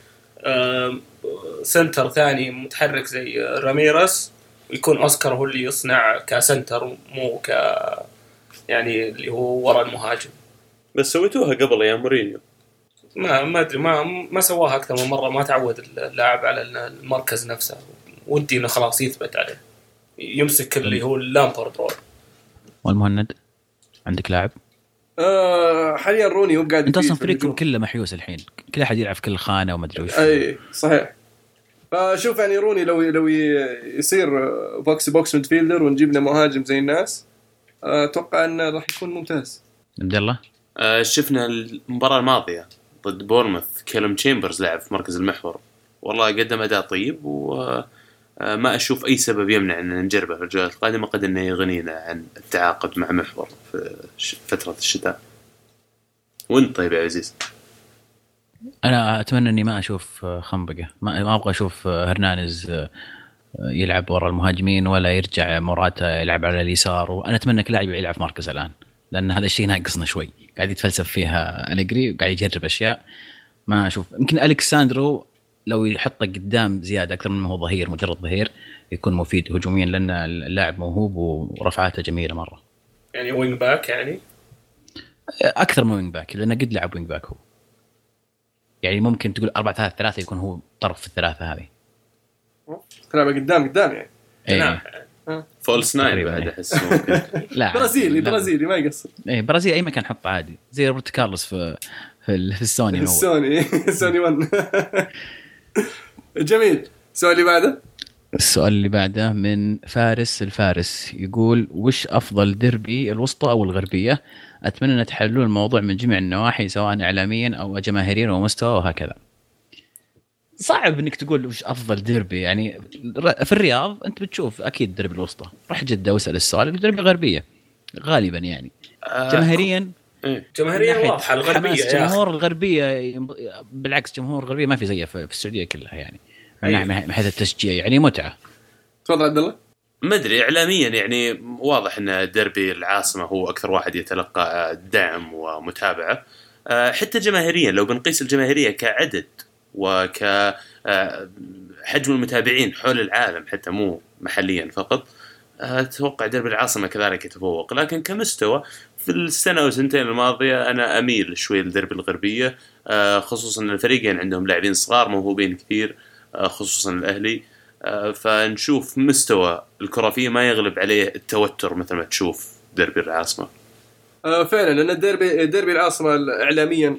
سنتر ثاني متحرك زي راميرس، ويكون اوسكار هو اللي يصنع كسنتر مو يعني اللي هو وراء المهاجم. بس سويتوها قبل يا مورينيو. ما ادري ما سواها اكثر من مره، ما تعود اللاعب على المركز نفسه، ودي انه خلاص يثبت عليه يمسك اللي هو اللامبرد رول. والمهند عندك لاعب؟ حاليا روني هو قاعد. انت اصلا فريقكم كله محيوس الحين، كل احد يلعب في كل خانه وما ادري وش. اي صحيح. فشوف يعني روني لو يصير بوكس ميدفيلدر ونجيب له مهاجم زي الناس، اتوقع انه راح يكون ممتاز. عبد الله شفنا المباراه الماضيه ضد بورنموث، كيلم تشامبرز لعب في مركز المحور، والله قدم اداء طيب، وما اشوف اي سبب يمنع ان نجربه في الجولات القادمه، قد انه يغنينا عن التعاقد مع محور في فتره الشتاء. وانت طيب يا عزيز؟ انا اتمنى اني ما اشوف خنبقه، ما ابغى اشوف هرنانز يلعب ورا المهاجمين ولا يرجع موراتا يلعب على اليسار، وانا اتمنى كل لاعب يلعب في مركز الان، لان هذا الشيء ناقصنا شوي. قاعد يتفلسف فيها أليجري وقاعد يجرب اشياء ما اشوف. يمكن الكساندرو لو يحطه قدام زياده اكثر من ما هو ظهير، مجرد ظهير، يكون مفيد هجوميا، لان اللاعب موهوب ورفعاته جميله مره. يعني وينج باك، يعني اكثر من وينج باك، لانه قد لعب وينج باك هو. يعني ممكن تقول 4-3-3 يكون هو طرف في الثلاثه هذه، تلعب قدام يعني. ايه. فولس ناين بعد احس ممكن. لا برازيلي ما يقصر. ايه برازيلي اي مكان حطه عادي، زي روبرت كارلوس في السوني. السوني 1. جميل. السؤال اللي بعده السؤال اللي بعده من فارس الفارس، يقول وش أفضل ديربي، الوسطى أو الغربية؟ أتمنى أن تحللون الموضوع من جميع النواحي سواء إعلاميا أو جماهيريا ومستوى وهكذا. صعب انك تقول وش افضل ديربي يعني. في الرياض انت بتشوف اكيد ديربي الوسطى، روح جده واسال السؤال، ديربي غربيه غالبا يعني. جماهيريا جماهيريا واضحه الغربيه يا جمهور الغربيه بالعكس، جمهور الغربيه ما في زيه في السعوديه كلها يعني، من حيث التشجيع يعني متعه. تفضل عبد الله. ما ادري اعلاميا يعني واضح ان ديربي العاصمه هو اكثر واحد يتلقى دعم ومتابعه. حتى جماهيريا لو بنقيس الجماهيريه كعدد وكحجم المتابعين حول العالم حتى مو محليا فقط، أتوقع ديربي العاصمة كذلك يتفوق. لكن كمستوى في السنة أو سنتين الماضية أنا أميل شوي لديربي الغربية، خصوصا أن الفريقين عندهم لاعبين صغار موهوبين كثير، خصوصا الأهلي. فنشوف مستوى الكرة فيه ما يغلب عليه التوتر مثل ما تشوف ديربي العاصمة. فعلا لأن ديربي العاصمة إعلاميا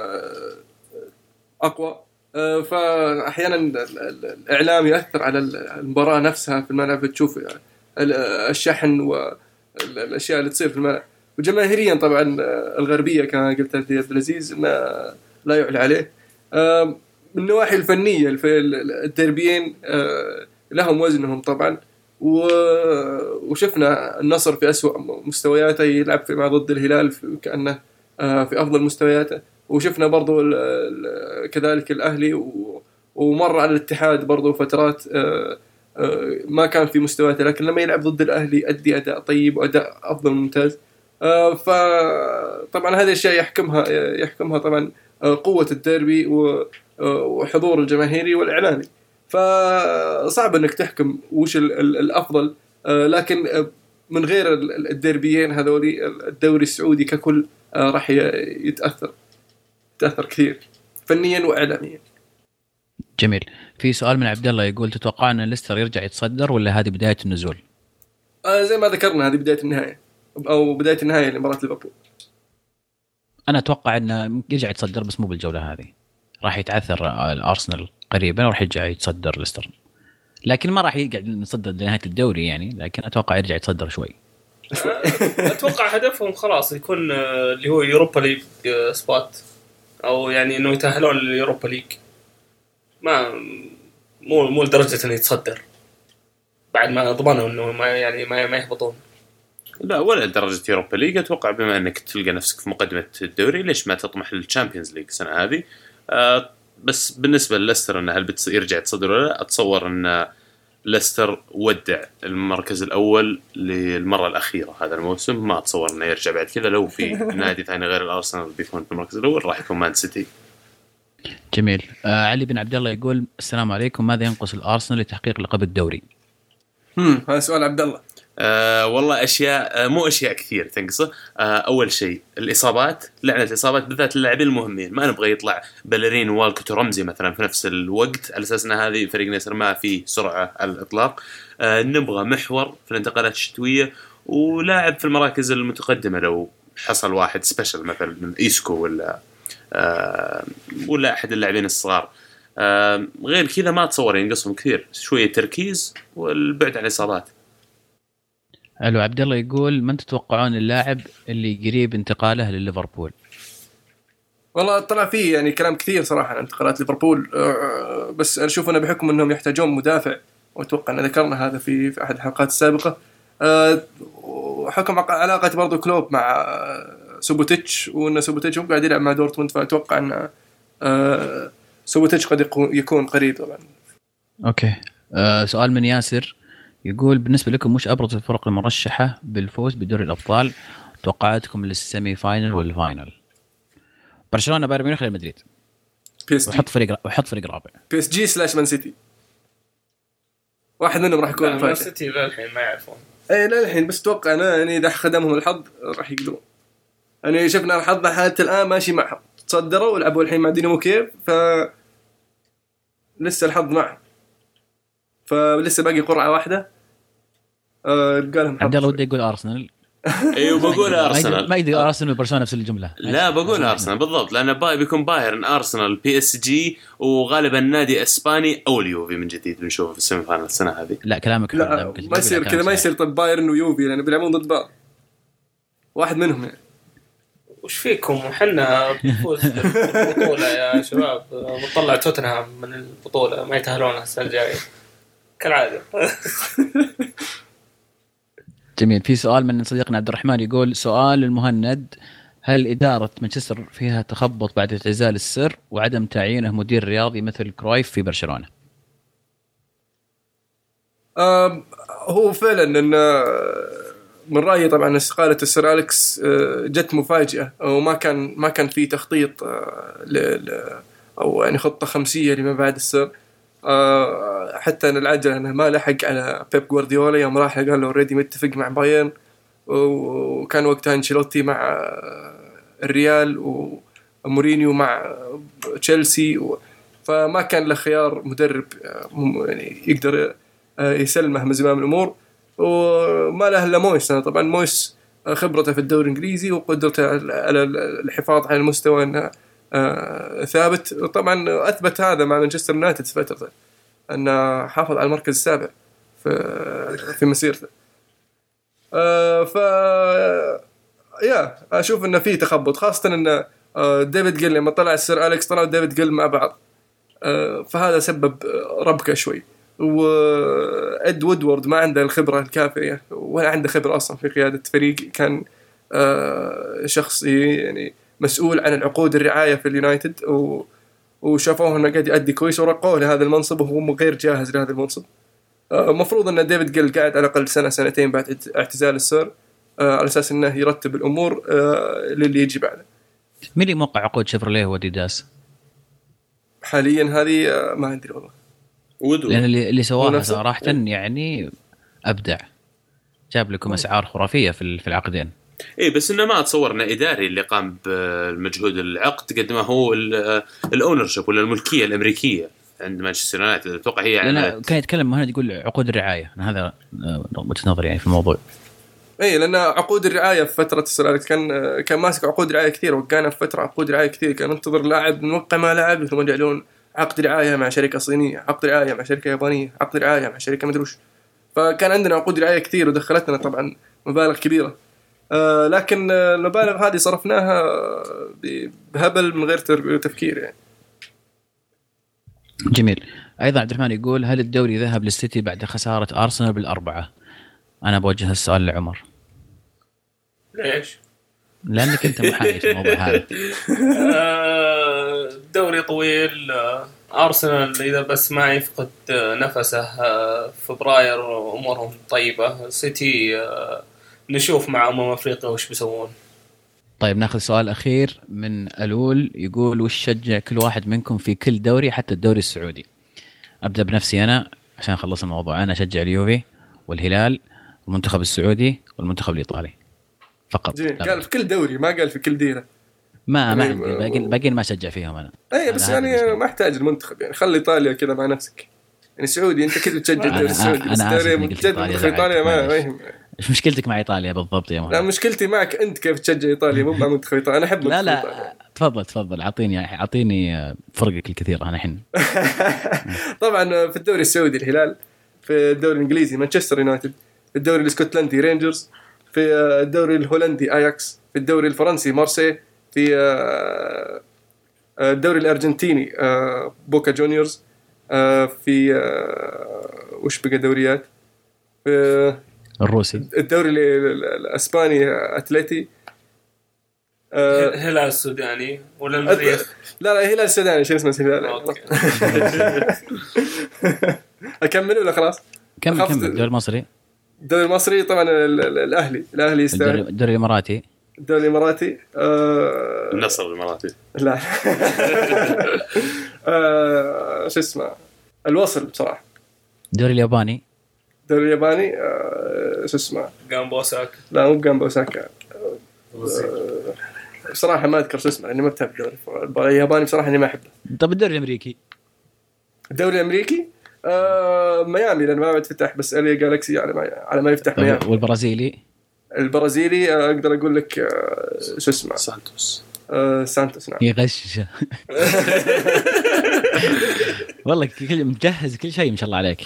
أقوى، فأحيانا الإعلام يأثر على المباراة نفسها في الملعب، تشوف الشحن والأشياء اللي تصير في الملعب. وجماهيريا طبعا الغربية كما قلت عبد العزيز لا يعلى عليه. من النواحي الفنية في الديربيين لهم وزنهم طبعا، وشفنا النصر في أسوأ مستوياته يلعب مع ضد الهلال كأنه في أفضل مستوياته، وشفنا برضو كذلك الأهلي، ومر على الاتحاد برضو فترات ما كان في مستوياته، لكن لما يلعب ضد الأهلي أدي أداء طيب وأداء أفضل ممتاز. فطبعا هذه الأشياء يحكمها طبعا قوة الديربي وحضور الجماهيري والإعلامي. فصعب أنك تحكم وش الأفضل، لكن من غير الديربيين هذولي الدوري السعودي ككل راح يتأثر كثير فنيا وإعلاميا. جميل. في سؤال من عبد الله يقول تتوقع أن ليستر يرجع يتصدر ولا هذه بداية النزول؟ زي ما ذكرنا هذه بداية النهاية أو بداية النهاية لمباراة ليفربول. أنا أتوقع أنه يرجع يتصدر بس مو بالجولة هذه، راح يتعثر الأرسنال قريبا وراح يرجع يتصدر ليستر، لكن ما راح يقعد يتصدر لنهاية الدوري يعني، لكن أتوقع يرجع يتصدر شوي. أتوقع هدفهم خلاص يكون اللي هو يوروبا ليج سبوت، أو يعني إنه يتأهلون لليوروبا ليج، مو لدرجة إنه يتصدر بعد ما ضمنوا إنه ما يهبطون. لا ولا درجة يوروبا ليج. أتوقع بما أنك تلقى نفسك في مقدمة الدوري ليش ما تطمح للشامبيونز ليج السنة هذه. بس بالنسبة لليستر أنه هل يرجع يتصدر ولا لا، أتصور أن ليستر ودع المركز الأول للمرة الأخيرة هذا الموسم، ما أتصور أنه يرجع بعد كذا. لو في نادي ثاني غير الأرسنال بيكون في المركز الأول راح يكون مان سيتي. جميل. علي بن عبد الله يقول السلام عليكم، ماذا ينقص الأرسنال لتحقيق لقب الدوري؟ هذا سؤال عبد الله. والله أشياء مو أشياء كثير تنقصه. أول شيء الإصابات، لعنة الإصابات بالذات اللاعبين المهمين. ما نبغى يطلع بلرين والكوت ورمزي مثلا في نفس الوقت على أساس أن هذه فريق نسر ما فيه سرعة على الإطلاق. نبغى محور في الانتقالات الشتوية ولاعب في المراكز المتقدمة لو حصل واحد سبيشل مثلا من إيسكو ولا أحد اللاعبين الصغار. غير كذا ما أتصور ينقصهم كثير، شوية تركيز والبعد عن الإصابات. الو عبد الله يقول من تتوقعون اللاعب اللي قريب انتقاله لليفربول؟ والله طلع فيه يعني كلام كثير صراحة عن انتقالات ليفربول، بس أشوف أنا بحكم أنهم يحتاجون مدافع، وأتوقع أن ذكرنا هذا في أحد الحلقات السابقة، وحكم علاقة برضو كلوب مع سوبوتيتش، وأن سوبوتيتش هم قاعد يلعب مع دورتموند، فأتوقع أن سوبوتيتش قد يكون قريب طبعا. أوكي. سؤال من ياسر يقول بالنسبة لكم وش أبرز الفرق المرشحة بالفوز بدوري الأبطال؟ توقعاتكم للسيمي فاينل والفاينل؟ برشلونة، بايرن ميونخ، ريال مدريد. وحط فريق رابع. بي اس جي / مان سيتي، واحد منهم راح يكون مان سيتي للحين ما يعرفون. اي للحين، بس اتوقع انا يعني اذا خدمهم الحظ راح يقدرون. يعني شفنا الحظ حتى الان ماشي معهم، تصدروا ولعبوا الحين مع دينامو كييف، لسه الحظ معهم، فلسه باقي قرعة واحدة. قالهم عبد الله ودي يقول أرسنال. ايوه بقول ارسنال. ما يقدر ارسنال وبرشلونه نفس الجمله. لا بقول ارسنال بالضبط، لان بيكون بايرن ارسنال بي اس جي وغالبا نادي اسباني او اليوفي من جديد بنشوفه في السيمي فاينل السنه هذه. لا كلامك لا ما يصير كذا، ما يصير. طب بايرن ويوفي لان بيلعبون ضد بعض، واحد منهم يعني. وش فيكم وحنا بنفوز بالبطولة يا شباب، بنطلع توتنهام من البطولة، ما يتأهلون السنة الجاية كالعادة. جميل. في سؤال من صديقنا عبد الرحمن يقول: سؤال المهند، هل إدارة مانشستر فيها تخبط بعد اعتزال السر وعدم تعيينه مدير رياضي مثل كرويف في برشلونة؟ هو فعلا ان من رأيي طبعا استقالة السر أليكس جت مفاجئة، وما كان في تخطيط أو يعني خطة خمسية لما بعد السر. حتى أن العجلة أنه ما لحق على بيب غوارديولا يوم راح قال له أوريدي متفق مع بايرن، وكان وقتها أنشيلوتي مع الريال ومورينيو مع تشيلسي، فما كان له خيار مدرب يعني يقدر يسلمه من زمام الأمور، وما له إلا مويس. طبعا مويس خبرته في الدوري الإنجليزي وقدرته على الحفاظ على المستوى أنه ثابت. طبعا أثبت هذا مع مانشستر يونايتد في فترته، أنه حافظ على المركز السابع في مسيرته. أشوف أنه فيه تخبط، خاصة أن ديفيد جيل لما طلع السير أليكس طلع ديفيد جيل مع بعض، فهذا سبب ربكة شوي. وإد وودورد ما عنده الخبرة الكافية ولا عنده خبرة أصلا في قيادة فريق، كان شخص يعني مسؤول عن العقود الرعاية في اليونايتد، وشافوه أنه قاعد يؤدي كويس ورقوه لهذا المنصب وهو غير جاهز لهذا المنصب. مفروض أن ديفيد جيل قاعد على الأقل سنة سنتين بعد اعتزال السير على أساس أنه يرتب الأمور للي يجي بعده. مين اللي موقع عقود شيفروليه وأديداس حاليا؟ هذه ما عندي والله. لأن اللي سواها صراحة يعني أبدع، جاب لكم أسعار خرافية في العقدين. إيه بس إنه ما أتصورنا إداري اللي قام بالمجهود العقد قد ما هو الأونرشيب ولا الملكية الأمريكية عند مانشستر يونايتد. أتوقع هي يعني كان يتكلم مهند يقول عقود الرعاية، هذا وجهة نظري يعني في الموضوع. اي لان عقود الرعايه في فتره السر كان ماسك عقود رعايه كثير، وكان في فتره عقود رعايه كثير، كان ينتظر لاعب موقع ما لاعب ثم يجعلون عقد رعايه مع شركه صينيه، عقد رعايه مع شركه يابانيه، عقد رعايه مع شركه مدروش. فكان عندنا عقود رعايه كثير ودخلتنا طبعا مبالغ كبيره، لكن المبالغ هذه صرفناها بهبل من غير تفكير يعني. جميل. ايضا عبد الرحمن يقول: هل الدوري ذهب للسيتي بعد خساره ارسنال بالأربعة؟ انا بوجه السؤال لعمر. ليش؟ لانك انت محايد في الموضوع هذا. دوري طويل، ارسنال اذا بس ما يفقد نفسه فبراير امورهم طيبه. سيتي نشوف مع افريقيا وش بيسوون. طيب ناخذ سؤال اخير من ألول يقول: وش شجع كل واحد منكم في كل دوري حتى الدوري السعودي؟ ابدا بنفسي انا عشان اخلص الموضوع. انا اشجع اليوفي والهلال والمنتخب السعودي والمنتخب الايطالي فقط. قال في كل دوري، ما قال في كل ديره. ما باقين ما اشجع فيهم انا. اي بس يعني ما احتاج المنتخب، يعني خلي ايطاليا كذا مع نفسك. يعني سعودي انت كذا تشجع الدوري السعودي، بس دوري منتخب ايطاليا ما يهم. ايش مشكلتك مع ايطاليا بالضبط يا مهند؟ لا مشكلتي معك انت كيف تشجع ايطاليا مو مع منتخب ايطاليا. انا احب لا تفضل اعطيني فرقك الكثير انا الحين. طبعا في الدوري السعودي الهلال، في الدوري الانجليزي مانشستر يونايتد، في الدوري الاسكتلندي رينجرز، في الدوري الهولندي اياكس، في الدوري الفرنسي مارسي، في الدوري الارجنتيني بوكا جونيورز، في وش بقى دوريات، في الروسي الدوري الاسباني اتلتي، هلال السوداني ولا المريخ؟ لا هلال السوداني شو اسمه هلال. اكمل ولا خلاص؟ كمل. الدوري المصري، الدوري المصري طبعا الاهلي يستاهل. الدوري الاماراتي، النصر الاماراتي لا شو اسمه الوصل بصراحه. الدوري الياباني شو اسمه جامبو اوساكا. لا مو جامبو اوساكا بصراحه ما اذكر شو اسمه لاني ما بتابع الدوري الياباني بصراحه اني ما احبه. طب الدوري الامريكي ميامي لأن ما بتفتح، بس ألي جالكسي على ما يفتح ميامي. والبرازيلي البرازيلي اقدر اقول لك شو اسمه سانتوس نعم. يغش والله كل مجهز كل شيء ما شاء الله عليك.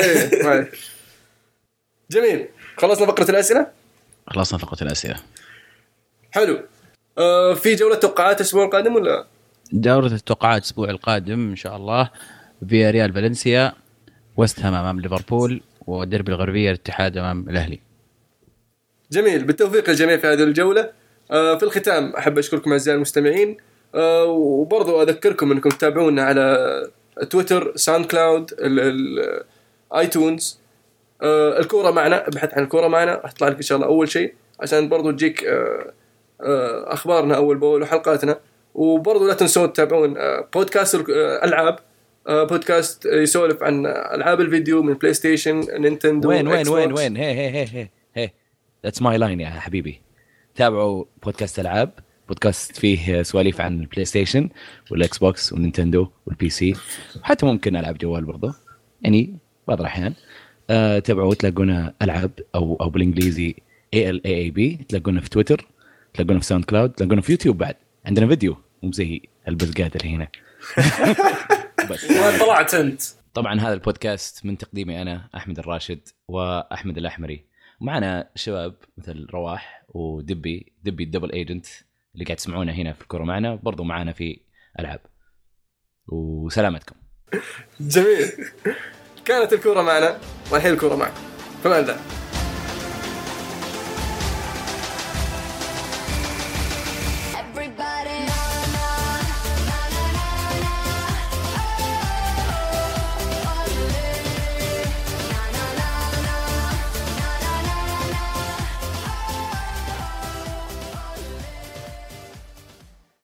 جميل. خلصنا فقرة الأسئلة. خلصنا فقرة الأسئلة. حلو. في جولة توقعات الأسبوع القادم ولا؟ جولة التوقعات الأسبوع القادم إن شاء الله فيا ريال فالنسيا، وست هام أمام ليفربول، وديربي الغربية الاتحاد أمام الأهلي. جميل. بالتوفيق للجميع في هذه الجولة. في الختام أحب أشكركم أعزائي المستمعين، وبرضو أذكركم أنكم تتابعونا على تويتر، ساوند كلاود، ايتونز. الكورة معنا، ابحث عن الكورة معنا راح تطلع لك إن شاء الله أول شيء، عشان برضو تجيك أخبارنا أول بأول وحلقاتنا. وبرضو لا تنسون تتابعون بودكاست الألعاب، بودكاست يسولف عن ألعاب الفيديو من بلاي ستيشن، نينتندو، وين هي that's my line يا حبيبي. تابعوا بودكاست ألعاب، بودكاست فيه سواليف عن البلاي ستيشن والإكس بوكس والنينتندو والبي سي، وحتى ممكن ألعاب جوال برضه يعني بعض الأحيان. تابعوا تلاقونا ألعاب أو بالإنجليزي ALAAB، تلاقونا في تويتر، تلاقونا في ساوند كلاود، تلاقونا في يوتيوب. بعد عندنا فيديو مو زي البزقات اللي هنا. بس ما طلعت أنت. طبعا هذا البودكاست من تقديمي أنا أحمد الراشد وأحمد الأحمري، ومعنا شباب مثل رواح ودبي الدبل ايجنت اللي قاعد تسمعونه هنا في الكورة معنا، برضو معنا في ألعاب. وسلامتكم. جميل. كانت الكورة معنا والحين الكورة معكم. فما